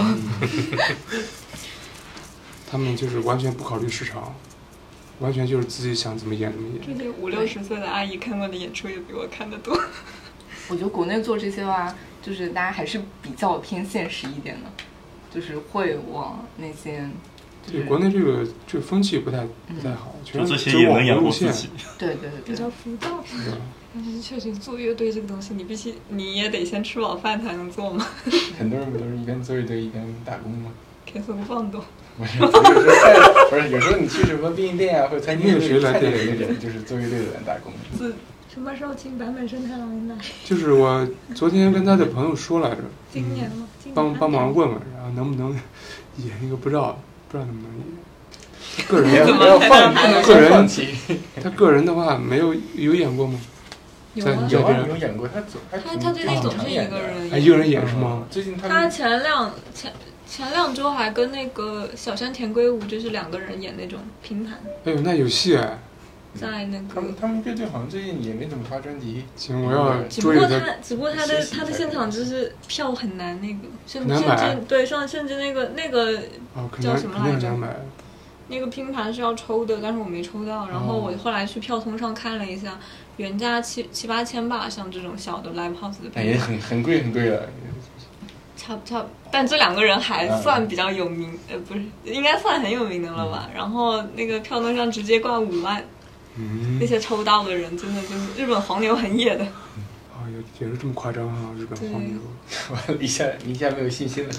他们就是完全不考虑市场。完全就是自己想怎么演怎么演。 这些50、60岁的阿姨看过的演出也比我看得多。 我觉得国内做这些的话，就是大家还是比较偏现实一点的，就是会往那些。 对，国内这个风气不太好， 就这些也能养活自己。 对， 比较浮躁。但是确实做乐队这个东西，你也得先吃饱饭才能做嘛。 很多人不都是一边做乐队一边打工吗？ 开始放动。 不是，有时候你去什么便利店啊，或者餐厅，谁来店里的人就是做乐队的人打工。 什么时候请坂本慎太郎来？ 就是我昨天跟他的朋友说来着， 今年吗？ 帮忙问问，然后能不能演一个不知道能不能演。他个人不要放弃。 他个人的话有演过吗？ 有演过，他最近总是一个人。 一个人演是吗？ 最近他前2周还跟那个小山田圭吾就是2个人演那种拼盘。 哎呦，那有戏哎！ 在那个他们乐队好像最近也没怎么发专辑。 行，我要追着他。只不过他的现场就是票很难那个，甚至对甚至那个叫什么来着？那个拼盘是要抽的，但是我没抽到。然后我后来去票通上看了一下，原价7、8千吧，像这种小的 live house 的拼盘。 也很贵了。 差，但这2个人还算比较有名，不是，应该算很有名的了吧？然后那个票灯上直接挂5万，那些抽到的人真的就是日本黄牛很野的。 也是这么夸张啊！日本黄牛， 一下没有信心了。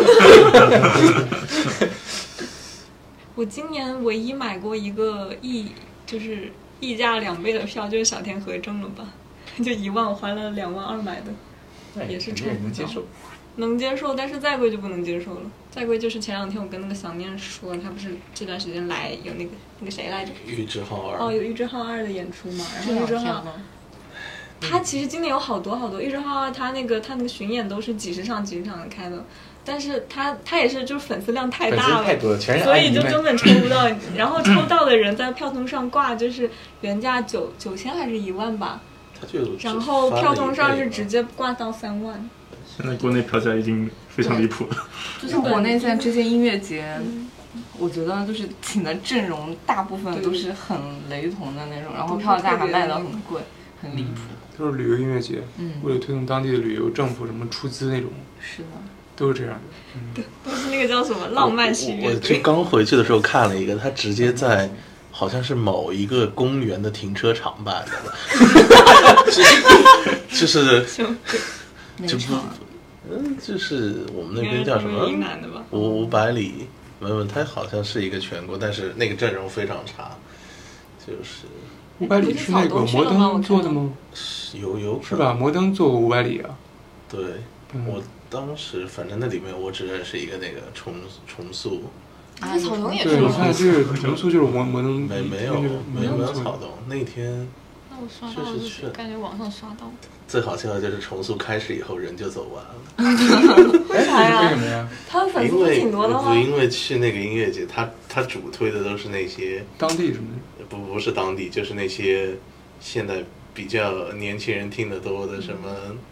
我今年唯一买过一个就是溢价2倍的票，就是小田和正了吧？就1万，我花了2万2买的，也是抽不到。能接受，但是再贵就不能接受了。再贵就是前2天我跟那个想念说，他不是这段时间来有那个谁来着？ 玉置浩二。 有玉置浩二的演出嘛？然后玉置浩，他其实今年有好多玉置浩二，他那个巡演都是几十场的开的，但是他也是就是粉丝量太大了，所以就根本抽不到。然后抽到的人在票通上挂就是原价9000还是1万吧，然后票通上是直接挂到3万。 现在国内票价已经非常离谱了。 就像国内现在这些音乐节，我觉得就是请的阵容大部分都是很雷同的那种，然后票价还卖得很贵，很离谱。 都是旅游音乐节，为了推动当地的旅游，政府什么出资那种。 是的。 都是这样的。 都是那那个叫什么浪漫系乐队。 我就刚回去的时候看了一个，他直接在好像是某一个公园的停车场办的，就是就不就是我们那边叫什么500里，没有，他好像是一个全国，但是那个阵容非常差，就是 500里是那个摩登做的吗？ 有是吧？摩登做过500里啊。 对，我当时反正那里面我只认识一个那个重塑。 啊，草东也对，我看这个重塑就是摩登。 没有草东那天。 那我刷到就是感觉网上刷到。 最好笑的就是重塑开始以后人就走完了。 为啥呀？ 为什么呀？ 他粉丝挺多的吗？ 因为去那个音乐节，他主推的都是那些当地什么的。 不是当地，就是那些现在比较年轻人听得多的什么。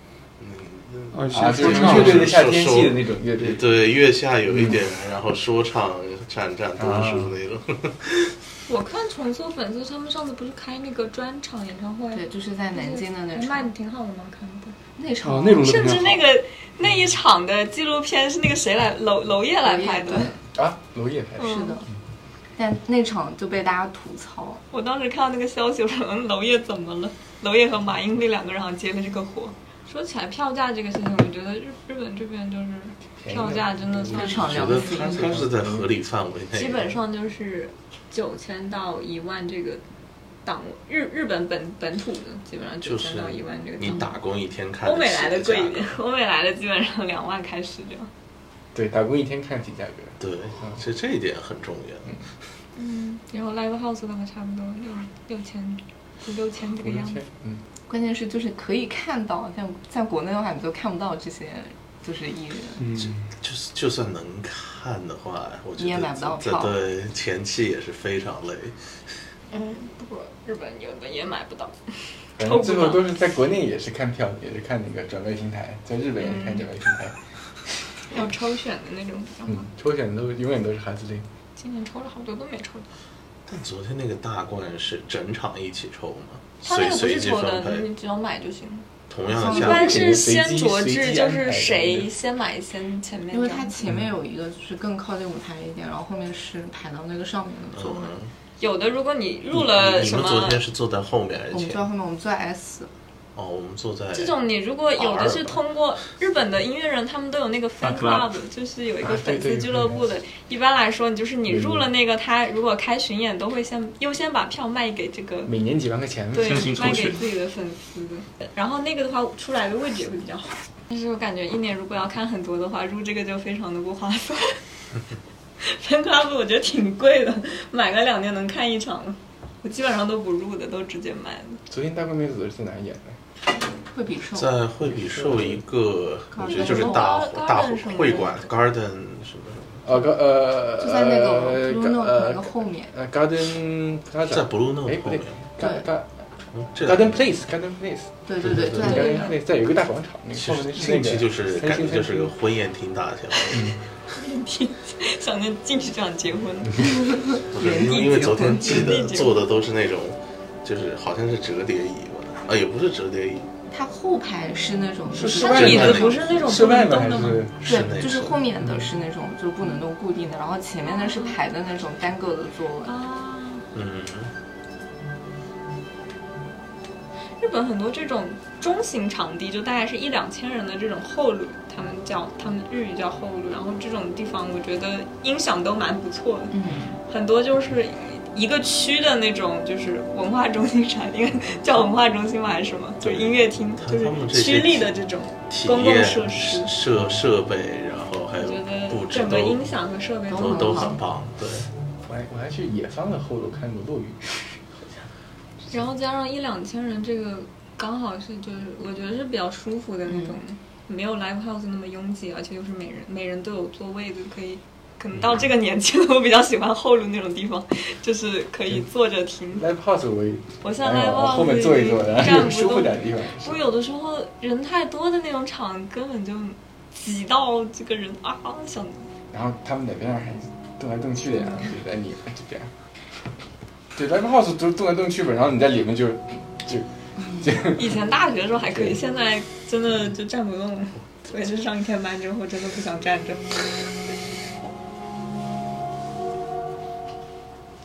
就是乐队的夏天系的那种乐队， 对，月下有一点，然后说唱战读书那种。 我看重塑粉丝他们上次不是开那个专场演唱会， 对，就是在南京的那场， 卖的挺好的吗？看的那场， 甚至那一场的纪录片是那个谁来娄烨来拍的啊，娄烨拍的， 是的。但那场就被大家吐槽。 我当时看到那个消息，我说娄烨怎么了？娄烨和马英琍2个人好像接了这个活。说起来票价这个事情，我觉得日本这边就是票价真的算是， 我觉得它是在合理范围内， 基本上就是9000到1万这个档位，日本本土的基本上9000到1万这个档位。 你打工一天看， 欧美来的贵一点，欧美来的基本上2万开始这样。 对，打工一天看起价格。 对，其实这一点很重要。 然后 live house 的话差不多6000这个样子。 关键是就是可以看到，但在国内的话你就看不到这些就是艺人。 就算能看的话，我觉得你也买不到票。 对，前期也是非常累。 不过日本有的也买不到。 反正最后都是在国内也是看票，也是看那个转卖平台，在日本也是看转卖平台。 要抽选的那种。 抽选的永远都是哈斯汀。 今年抽了好多都没抽到。 但昨天那个大冠是整场一起抽吗？ 他那个不是抽的，你只要买就行了。 同样的， 一般是先着制，就是谁先买先前面。 因为它前面有一个就是更靠近舞台一点，然后后面是排到那个上面的座位。 有的如果你入了什么， 你们昨天是坐在后面还是前面？ 我们坐在后面，我们坐在 S。 我们坐在这种，你如果有的是通过日本的音乐人，他们都有那个 fan club， 就是有一个粉丝俱乐部的。一般来说，你入了那个，他如果开巡演，都会优先把票卖给这个每年几万块钱， 对，卖给自己的粉丝。然后那个的话，出来的位置也会比较好。但是我感觉一年如果要看很多的话，入这个就非常的不划算。fan club 我觉得挺贵的，买个2年能看1场了。我基本上都不入的，都直接买的。 昨天大冠妹子是在哪演的？ 惠比寿， 在惠比寿一个，我觉得就是大会馆 Garden 什么就在那个 Blue Note 那个后面。 Garden 在 Blue Note 后面。 Garden Place。 对，就在 Garden Place， 在有一个大广场，那个后面是那个就是感觉就是个婚宴厅大小。 想着进去就想结婚。 因为昨天记得坐的都是那种，就是好像是折叠椅吧，也不是折叠椅。 它后排是那种， 它的椅子不是那种不能动的吗？ 对，就是后面的是那种就是不能动固定的，然后前面的是排的那种单个的座位。 日本很多这种中型场地，就大概是1-2000人的这种后路，他们日语叫后路，然后这种地方我觉得音响都蛮不错的。很多就是一个区的那种，就是文化中心啥，应该叫文化中心吗还是什么？就是音乐厅，就是区立的这种公共设施、 设备，然后还有布置， 整个音响和设备都很棒。对， 我还去野方的后路看过落雨。 然后加上1-2000人，这个刚好是就是我觉得是比较舒服的那种，没有 live house 那么拥挤，而且又是每人都有座位的，可能到这个年纪了，我比较喜欢后路那种地方，就是可以坐着听。 live house 我像 live house 后面坐一坐，然后舒服点的地方。 我有的时候人太多的那种场，根本就挤到这个人想。 然后他们那边还动来动去的呀，就在里面这边。对 ，live house 都动来动去吧，然后你在里面就。 以前大学的时候还可以，现在真的就站不动了。我也是上一天班之后，真的不想站着。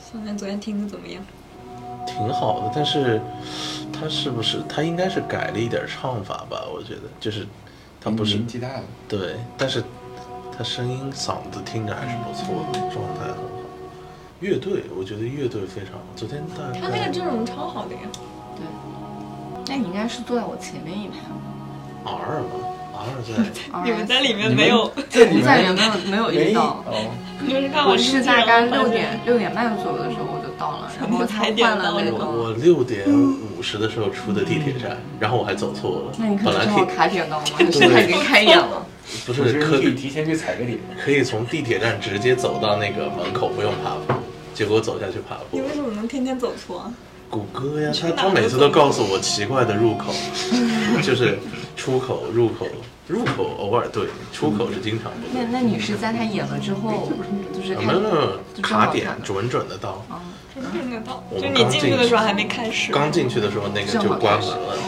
小南昨天听的怎么样？ 挺好的，但是他应该是改了一点唱法吧？我觉得就是他不是年纪大了， 对，但是他声音嗓子听着还是不错的，状态很好。乐队，我觉得乐队非常好。昨天大概他那个阵容超好的呀。 对，那你应该是坐在我前面一排。 R 嘛，R 在。 你们在里面没有？ 在里面没有遇到。 你们是看完我是大概6点半左右的时候我就到了，然后他换了那个。 我6点50的时候出的地铁站，然后我还走错了。 那你可能正好卡点到吗？还是他已经开演了？ 不是，可以提前去踩个点， 可以从地铁站直接走到那个门口，不用爬坡。结果走下去爬坡。 你为什么能天天走错啊？ 谷歌呀，他每次都告诉我奇怪的入口，就是出口、入口偶尔对，出口是经常不对。 那你是在他演了之后，就是没有卡点准的到， 准的到。就你进去的时候还没开始。 刚进去的时候那个就关门了。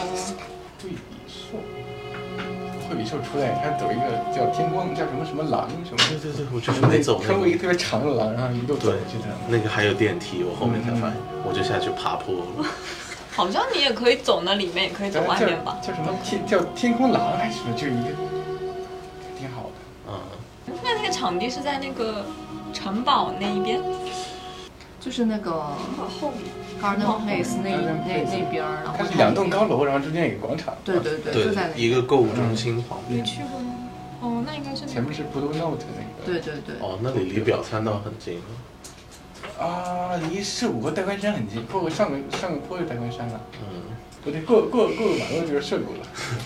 惠比寿出来，他走一个叫天光，叫什么廊什么？ 对，我就是没走穿过一个特别长的廊，然后一路走去的。 那个还有电梯，我后面才发现，我就下去爬坡了。 好像你也可以走那里面，也可以走外面吧？ 叫什么叫天空廊还是什么？就是一个挺好的。 那个场地是在那个城堡那一边， 就是那个后面 Garden Place 那边，然后它是2栋高楼，然后中间有个广场。 对，就在一个购物中心旁边。 你去过吗？哦，那应该是前面是 Blue Note 那个。对。 哦，那里离表参道很近。 啊，离涉谷和代官山很近，过个上个坡就代官山了。不对，过个马路就是涉谷了。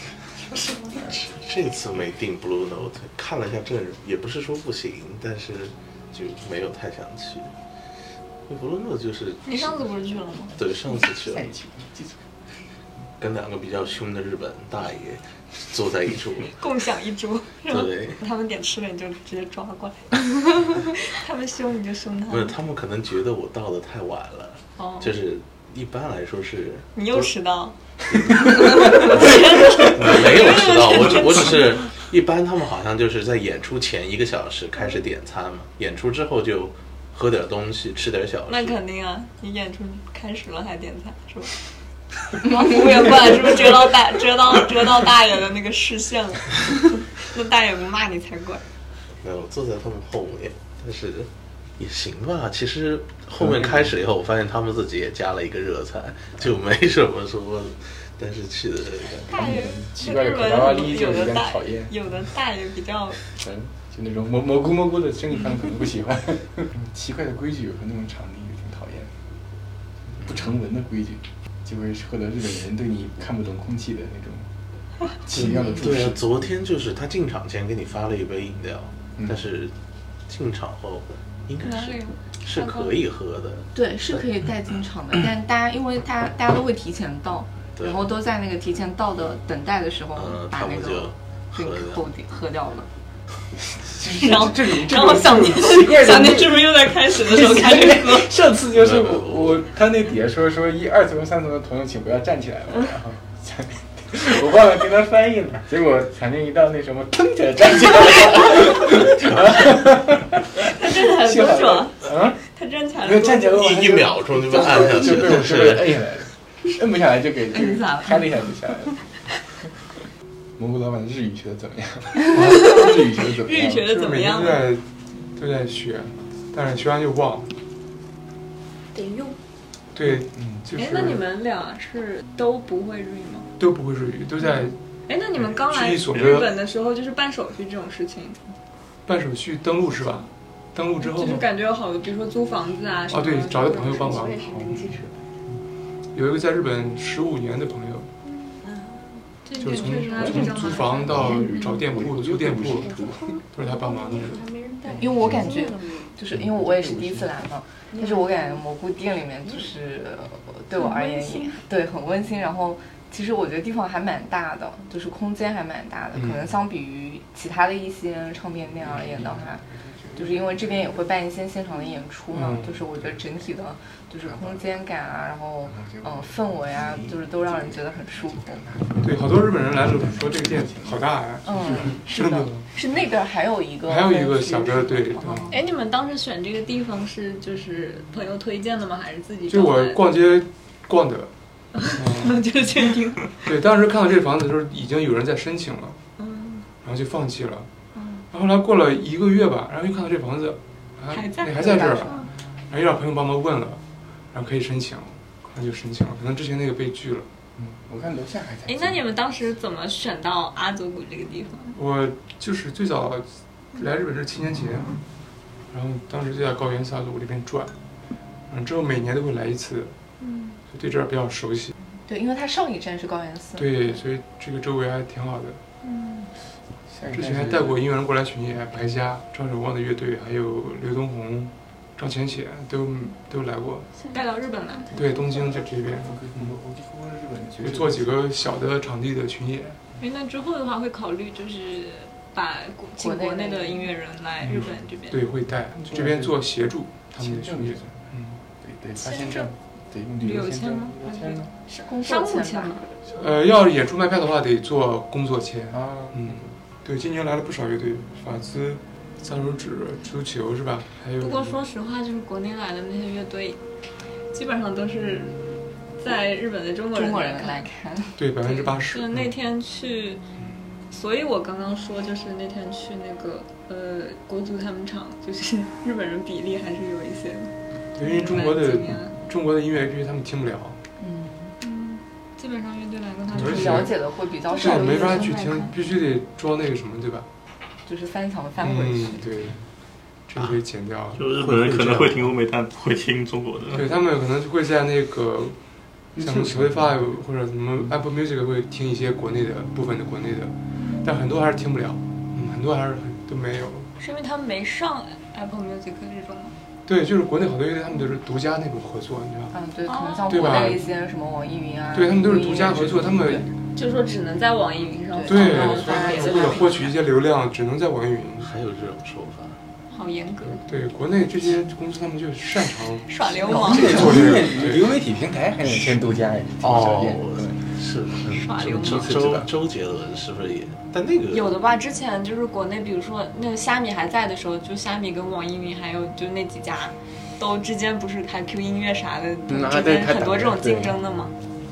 这次没订 Blue Note， 看了一下阵容，也不是说不行，但是就没有太想去。Blue Note 就是你上次不是去了吗？ 对，上次去了，跟2个比较凶的日本大爷坐在一桌， 共享一桌。 对， 他们点吃了你就直接抓过来，他们凶你就凶他们。 不是，他们可能觉得我到的太晚了，就是一般来说是。 你又迟到？ 没有迟到，我只是一般他们好像就是在演出前1个小时开始点餐嘛，演出之后就喝点东西，吃点小吃。 那肯定啊，你演出开始了还点餐是吧？然后服务员过来是不是遮到大爷的那个视线了？那大爷不骂你才怪。 没有，坐在他们后面，但是也行吧。其实后面开始以后，我发现他们自己也加了一个热菜，就没什么说。但是去的大爷， 奇怪的口罩衣就有点讨厌。 有的大爷比较就那种蘑菇的生意，他们可能不喜欢。奇怪的规矩和那种场地也挺讨厌，不成文的规矩。就会获得日本人对你看不懂空气的那种奇妙的注视。 对啊，昨天就是他进场前给你发了一杯饮料，但是进场后应该是可以喝的。 对，是可以带进场的，但因为大家都会提前到，然后都在那个提前到的等待的时候把那个喝掉了。 然后想念是不是又在开始的时候开始喝？ 上次就是他那底下说1、2层、3层的朋友请不要站起来了，然后我忘了跟他翻译了，结果反正一到那什么，腾起来站起来了。 他站起来多久啊？他站起来了， 站起来 1秒钟就被按下去了， 就被摁下来了，摁不下来就给拍了一下就下来了。蘑菇老板日语学的怎么样？日语学的怎么样？ 都在学，但是学完就忘了。 得用。 对，就是。 那你们俩是都不会日语吗？ 都不会日语，都在。 那你们刚来日本的时候，就是办手续这种事情。 办手续登录是吧？登录之后。 就是感觉有好多，比如说租房子啊什么。 对，找个朋友帮忙。有一个在日本15年的朋友。就是从租房到找店铺、租店铺，都是他帮忙的。 因为我感觉，就是因为我也是第一次来嘛，但是我感觉蘑菇店里面就是对我而言也对很温馨，然后其实我觉得地方还蛮大的，就是空间还蛮大的，可能相比于其他的一些唱片店而言的话，就是因为这边也会办一些现场的演出嘛，就是我觉得整体的就是空间感啊，然后氛围啊，就是都让人觉得很舒服。 对，好多日本人来了说这个店好大呀。 是的，是那边还有一个小的，对。 哎，你们当时选这个地方是就是朋友推荐的吗？还是自己？ 就我逛街逛的。 就是确定。 对，当时看到这个房子的时候，已经有人在申请了，然后就放弃了。然后后来过了1个月吧，然后又看到这房子，还在这儿，然后又让朋友帮忙问了，然后可以申请，然后就申请了。可能之前那个被拒了。 我看楼下还在。 哎，那你们当时怎么选到阿佐谷这个地方？ 我就是最早来日本是7年前，然后当时就在高原萨鲁里边转，之后每年都会来一次，就对这儿比较熟悉。 对，因为它上一站是高原寺。 对，所以这个周围还挺好的。之前还带过音乐人过来巡演，白家、张守望的乐队，还有刘东红、张浅浅都来过。 带到日本来？ 对，东京在这边。就做几个小的场地的巡演。 哎，那之后的话会考虑就是请国内的音乐人来日本这边？ 对，会带，这边做协助他们的巡演。 得发签证，得用旅游签吗？商务签吗？ 要演出卖票的话，得做工作签。对，今年来了不少乐队，法兹、三手指、足球是吧？还有。 不过说实话，就是国内来的那些乐队，基本上都是在日本的中国人来看。 对，80%。 就那天去，所以我刚刚说就是那天去那个国足他们场，就是日本人比例还是有一些。 对，因为中国的音乐剧他们听不了。 基本上乐队来跟他们了解的会比较少， 没法去听，必须得装那个什么，对吧？ 就是翻墙翻回去。 对，这个可以剪掉。 就日本人可能会听欧美，但不会听中国的。 对，他们可能会在那个像 Spotify 或者什么 Apple Music 会听一些国内的部分的国内的，但很多还是听不了，很多还是都没有。 是因为他们没上 Apple Music 这种吗？ 对，就是国内好多乐队他们都是独家那种合作，你知道吗？ 对，可能像国内一些什么网易云啊， 对他们都是独家合作，他们就是说只能在网易云上对，为了获取一些流量，只能在网易云。 还有这种说法？ 好严格。 对，国内这些公司他们就擅长耍流氓， 做这个流媒体平台还能签独家， 是耍流氓。周杰伦是不是也？但那个有的吧，之前就是国内，比如说那个虾米还在的时候，就虾米跟网易云还有就那几家，都之间不是还 Q 音乐啥的，之间很多这种竞争的嘛。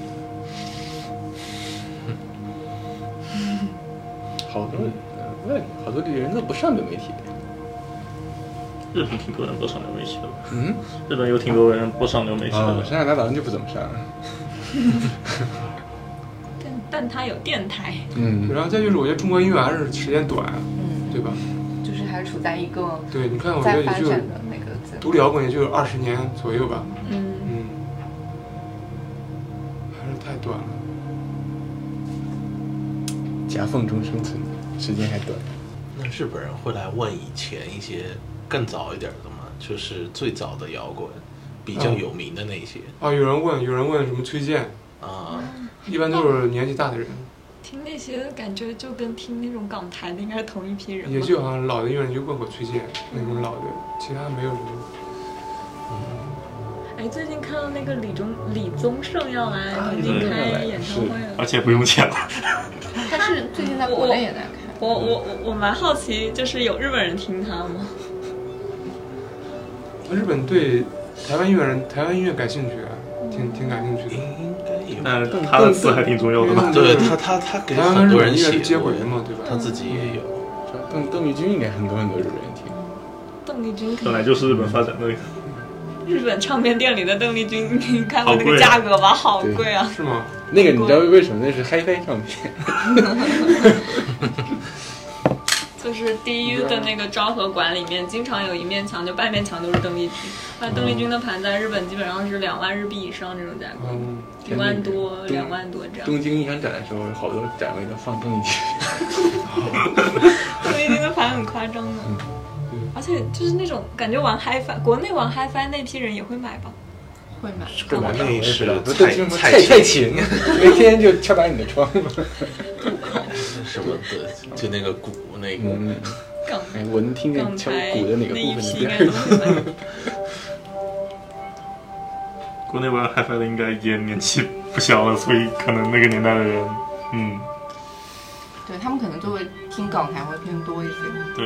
好多人都不上流媒体。 日本挺多人不上流媒体的。日本有挺多人不上流媒体的。 上海大早就不怎么上。 但它有电台。 然后再就是我觉得中国音乐还是时间短，对吧？ 就是还处在一个对，你看我觉得也就独立摇滚也就20年左右吧。还是太短了。 夹缝中生存，时间还短。 那日本人会来问以前一些更早一点的吗？就是最早的摇滚，比较有名的那些。 有人问什么崔健一般都是年纪大的人。 听那些感觉就跟听那种港台的应该是同一批人。 也就好像老的音乐人就问过崔健那种老的，其他没有什么。 最近看到那个李宗盛要来东京开演唱会了， 而且不用钱了。 他是最近在国内也在开。 我蛮好奇，就是有日本人听他吗？ 日本对台湾音乐感兴趣啊，挺感兴趣的。 但他的词还挺重要的吧？ 对他给很多人写接轨的嘛，对吧？ 他自己也有。 邓丽君应该很多日本人听。 邓丽君本来就是日本发展的。 日本唱片店里的邓丽君，你看过那个价格吧？好贵啊！ 是吗？ 那个你知道为什么？那是 HiFi 唱片。 就是 DU 的那个昭和馆里面，经常有一面墙就半面墙都是邓丽君。那邓丽君的盘在日本基本上是2万日币以上这种价格，1万多、2万多这样。 东京音响展的时候，有好多展位都放邓丽君。邓丽君的盘很夸张的。而且就是那种感觉玩 HiFi， 国内玩 HiFi 那批人也会买吧？ 会买。 国内是蔡琴，天天就敲打你的窗。 什么的，就那个鼓那个。 我能听见敲鼓的哪个部分？ 国内玩 HiFi 的应该也年纪不小了，所以可能那个年代的人， 对他们可能就会听港台会偏多一些。 对。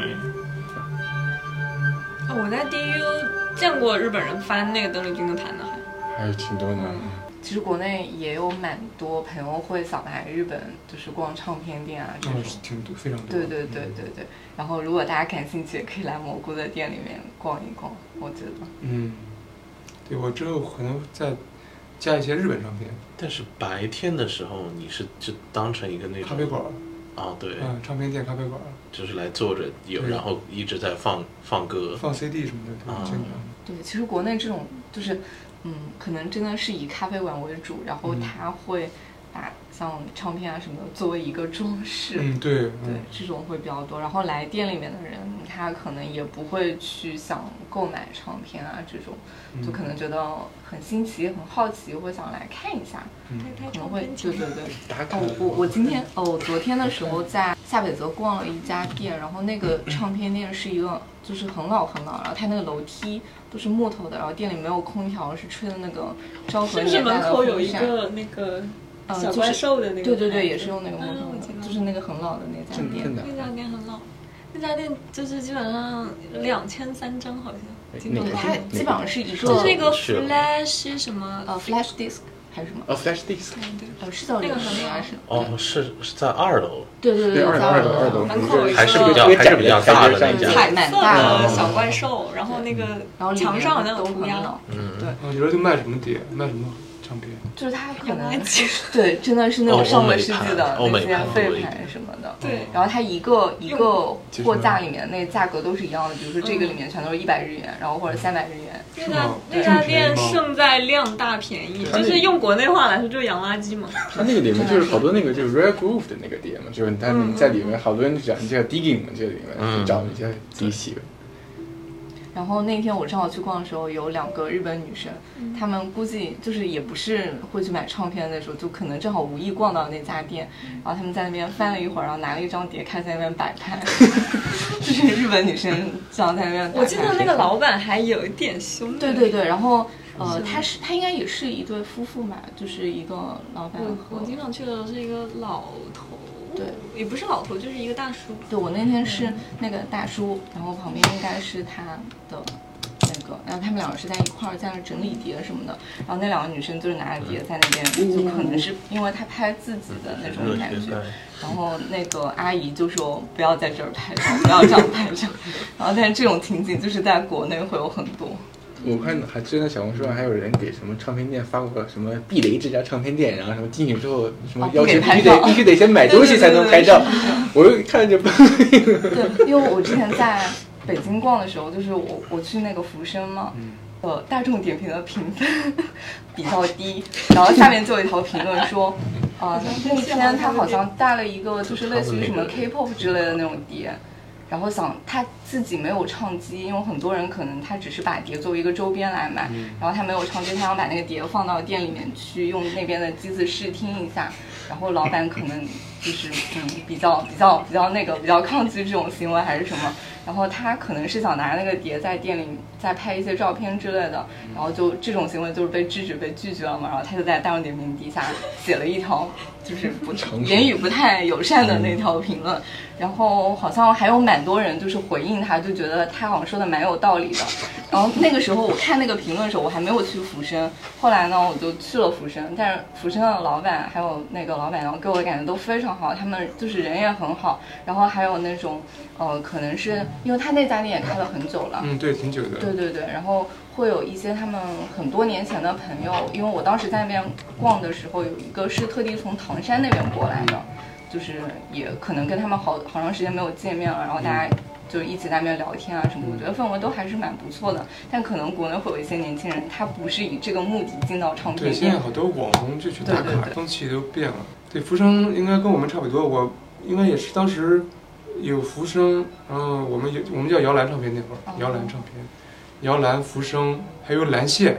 我在 DU 见过日本人翻那个邓丽君的盘的， 还有挺多的。 其实国内也有蛮多朋友会想来日本，就是逛唱片店啊这种， 挺多，非常多。 对。然后如果大家感兴趣，也可以来蘑菇的店里面逛一逛，我觉得。 对，我之后可能再加一些日本唱片。 但是白天的时候，你是就当成一个那种咖啡馆。 对。 唱片店、咖啡馆。 就是来坐着然后一直在放歌、 放 CD 什么的。 对，其实国内这种就是。可能真的是以咖啡馆为主，然后他会把像唱片啊什么的作为一个装饰。 对， 这种会比较多。然后来店里面的人，他可能也不会去想购买唱片啊这种，就可能觉得很新奇、很好奇，会想来看一下。可能会对。我今天昨天的时候在下北泽逛了一家店，然后那个唱片店是一个就是很老，然后它那个楼梯都是木头的，然后店里没有空调，是吹的那个昭和年代的风扇。 门口有一个那个小怪兽的那个。 对，也是用那个木头的，就是那个很老的那家店。 那家店很老，那家店就是基本上2300张好像。 它基本上是一个。 就是一个 flash 什么 flash disc。还是什么 ？Flash Disc， 是叫这个应该是在2楼。 对， 二楼门口还是比较大的那家， 彩色的小怪兽，然后那个墙上好像有涂鸦。 对。 你说就卖什么碟？卖什么唱片？ 就是它可能对，真的是那种上个世纪的那些废盘什么的。 对。 然后它一个货架里面那个价格都是一样的，比如说这个里面全都是100日元，然后或者300日元。 那家店胜在量大便宜，就是用国内话来说就是洋垃圾嘛。 它那个里面就是好多那个就是 Rare Groove 的那个碟嘛，就是他们在里面好多人就讲你叫 digging 嘛，这里面找一些自己喜欢。 然后那天我正好去逛的时候，有2个日本女生，她们估计就是也不是会去买唱片的那种，就可能正好无意逛到那家店，然后她们在那边翻了一会儿，然后拿了一张碟开始在那边摆拍，就是日本女生这样在那边摆拍。 我记得那个老板还有一点凶。 对，然后他应该也是一对夫妇嘛，就是一个老板和我经常去的是一个老头。对，也不是老头，就是一个大叔。 对，我那天是那个大叔，然后旁边应该是他的那个，然后他们2个是在一块儿在那整理碟什么的，然后那2个女生就是拿着碟在那边，就可能是因为他拍自己的那种感觉，然后那个阿姨就说不要在这儿拍照，不要这样拍照，然后但是这种情景就是在国内会有很多。 我看还真的小红书上还有人给什么唱片店发过什么避雷这家唱片店，然后什么进去之后什么要求必须得先买东西才能拍照，我又看着对，因为我之前在北京逛的时候，就是我去那个福生嘛，大众点评的评分比较低，然后下面就有一条评论说，那天他好像带了一个就是类似于什么 K-pop 之类的那种碟。然后想他自己没有唱机，因为很多人可能他只是把碟作为一个周边来买，然后他没有唱机，他想把那个碟放到店里面去，用那边的机子试听一下，然后老板可能就是比较那个比较抗拒这种行为还是什么，然后他可能是想拿那个碟在店里再拍一些照片之类的，然后就这种行为就是被拒绝了嘛，然后他就在大众点评底下写了一条就是言语不太友善的那条评论，然后好像还有蛮多人就是回应他，就觉得他好像说的蛮有道理的。然后那个时候我看那个评论的时候，我还没有去福生，后来呢我就去了福生，但是福生的老板还有那个老板娘给我的感觉都非常好，他们就是人也很好，然后还有那种可能是因为他那家店也开了很久了， 对，挺久的， 对，然后会有一些他们很多年前的朋友，因为我当时在那边逛的时候，有一个是特地从唐山那边过来的，就是也可能跟他们好长时间没有见面了，然后大家就一起在那边聊天啊什么，我觉得氛围都还是蛮不错的。但可能国内会有一些年轻人，他不是以这个目的进到唱片店。 对，现在好多网红就去打卡，风气都变了。对，福生应该跟我们差不多，我应该也是当时有福生，然后我们叫摇篮唱片那会儿，摇篮唱片。摇篮、福生还有蓝线，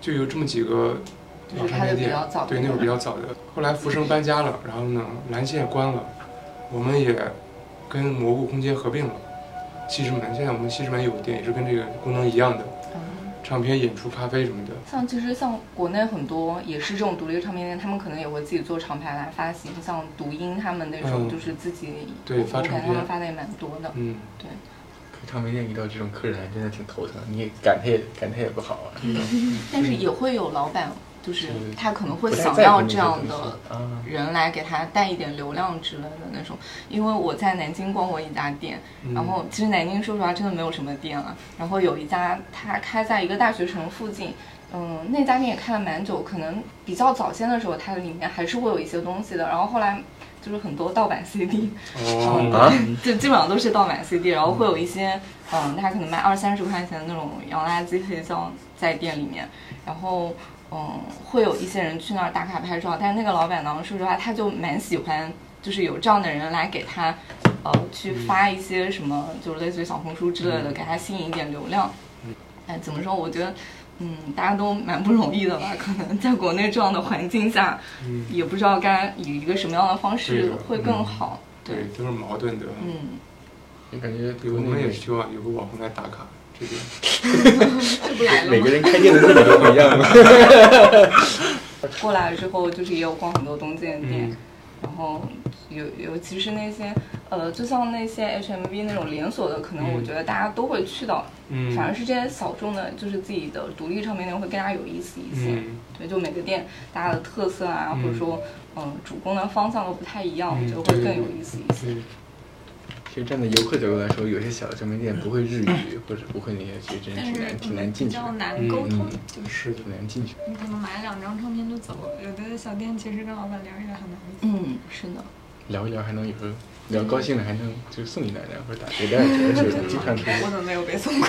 就有这么几个老唱片店，对，那会儿比较早的。后来福生搬家了，然后呢蓝线关了，我们也跟蘑菇空间合并了。西直门现在我们西直门有个店也是跟这个功能一样的，唱片、演出、咖啡什么的。 其实像国内很多也是这种独立唱片店，他们可能也会自己做厂牌来发行，像读音他们那种就是自己， 对，发唱片， 他们发的也蛮多的。对。 唱片店遇到这种客人还真的挺头疼，你也赶他也不好啊。 但是也会有老板，就是他可能会想要这样的人来给他带一点流量之类的那种。因为我在南京逛过一家店，然后其实南京说实话真的没有什么店了，然后有一家他开在一个大学城附近。那家店也开了蛮久，可能比较早先的时候，它里面还是会有一些东西的。然后后来就是很多盗版 CD，就基本上都是盗版 CD， 然后会有一些他可能卖20-30块钱的那种洋垃圾黑胶在店里面，然后会有一些人去那儿打卡拍照。但是那个老板呢，说实话他就蛮喜欢，就是有这样的人来给他去发一些什么，就是类似于小红书之类的，给他吸引一点流量。哎，怎么说？我觉得。大家都蛮不容易的吧？可能在国内这样的环境下，也不知道该以一个什么样的方式会更好。 对，都是矛盾的。 你感觉我们也希望有个网红来打卡这边。 不来了吗？ 每个人开店的目的都不一样嘛。 过来了之后，就是也有逛很多东京的店，然后尤其是那些就像那些 HMV 那种连锁的，可能我觉得大家都会去到。反而是这些小众的，就是自己的独立唱片店会更加有意思一些。对，就每个店大家的特色啊，或者说主攻的方向都不太一样，我觉得会更有意思一些。 其实站在游客角度来说，有些小的唱片店不会日语或者不会那些，其实真是挺难进去的， 比较难沟通， 就是挺难进去。 你可能买2张唱片就走了，有的小店其实跟老板聊一聊还蛮有意思。 是的。 聊一聊还能有时候聊高兴了，还能就送你2张或者打折2折，是经常出现。 我怎么没有被送过？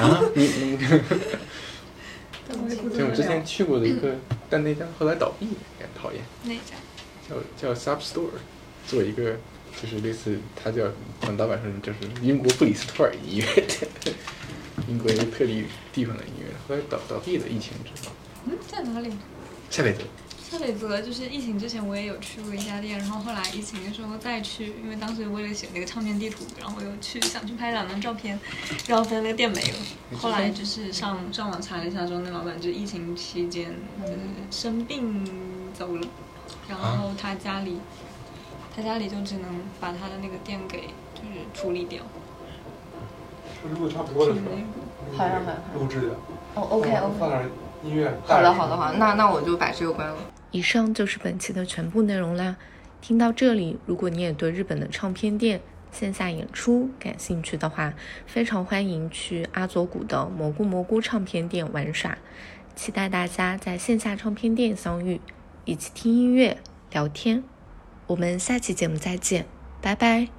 像我之前去过的一个，但那家后来倒闭，很讨厌。 哪家？ 叫 Sub Store， 做一个就是类似，它叫老板说就是英国布里斯托尔音乐的，英国一个特例地方的音乐，后来倒闭了，疫情之后。 在哪里？ 夏雷泽。 夏雷泽就是疫情之前我也有去过一家店，然后后来疫情的时候再去，因为当时为了写那个唱片地图，然后我又想去拍2张照片，然后发现那个店没了。后来就是上网查了一下，说那老板就疫情期间生病走了，然后他家里就只能把他的那个店给就是处理掉。 录的差不多了是吧？ 好， 录制的。 OK。 放点音乐。 好的，那我就把这个关了。 以上就是本期的全部内容啦。听到这里，如果你也对日本的唱片店、线下演出感兴趣的话，非常欢迎去阿佐谷的蘑菇唱片店玩耍。期待大家在线下唱片店相遇，一起听音乐、聊天。我们下期节目再见，拜拜。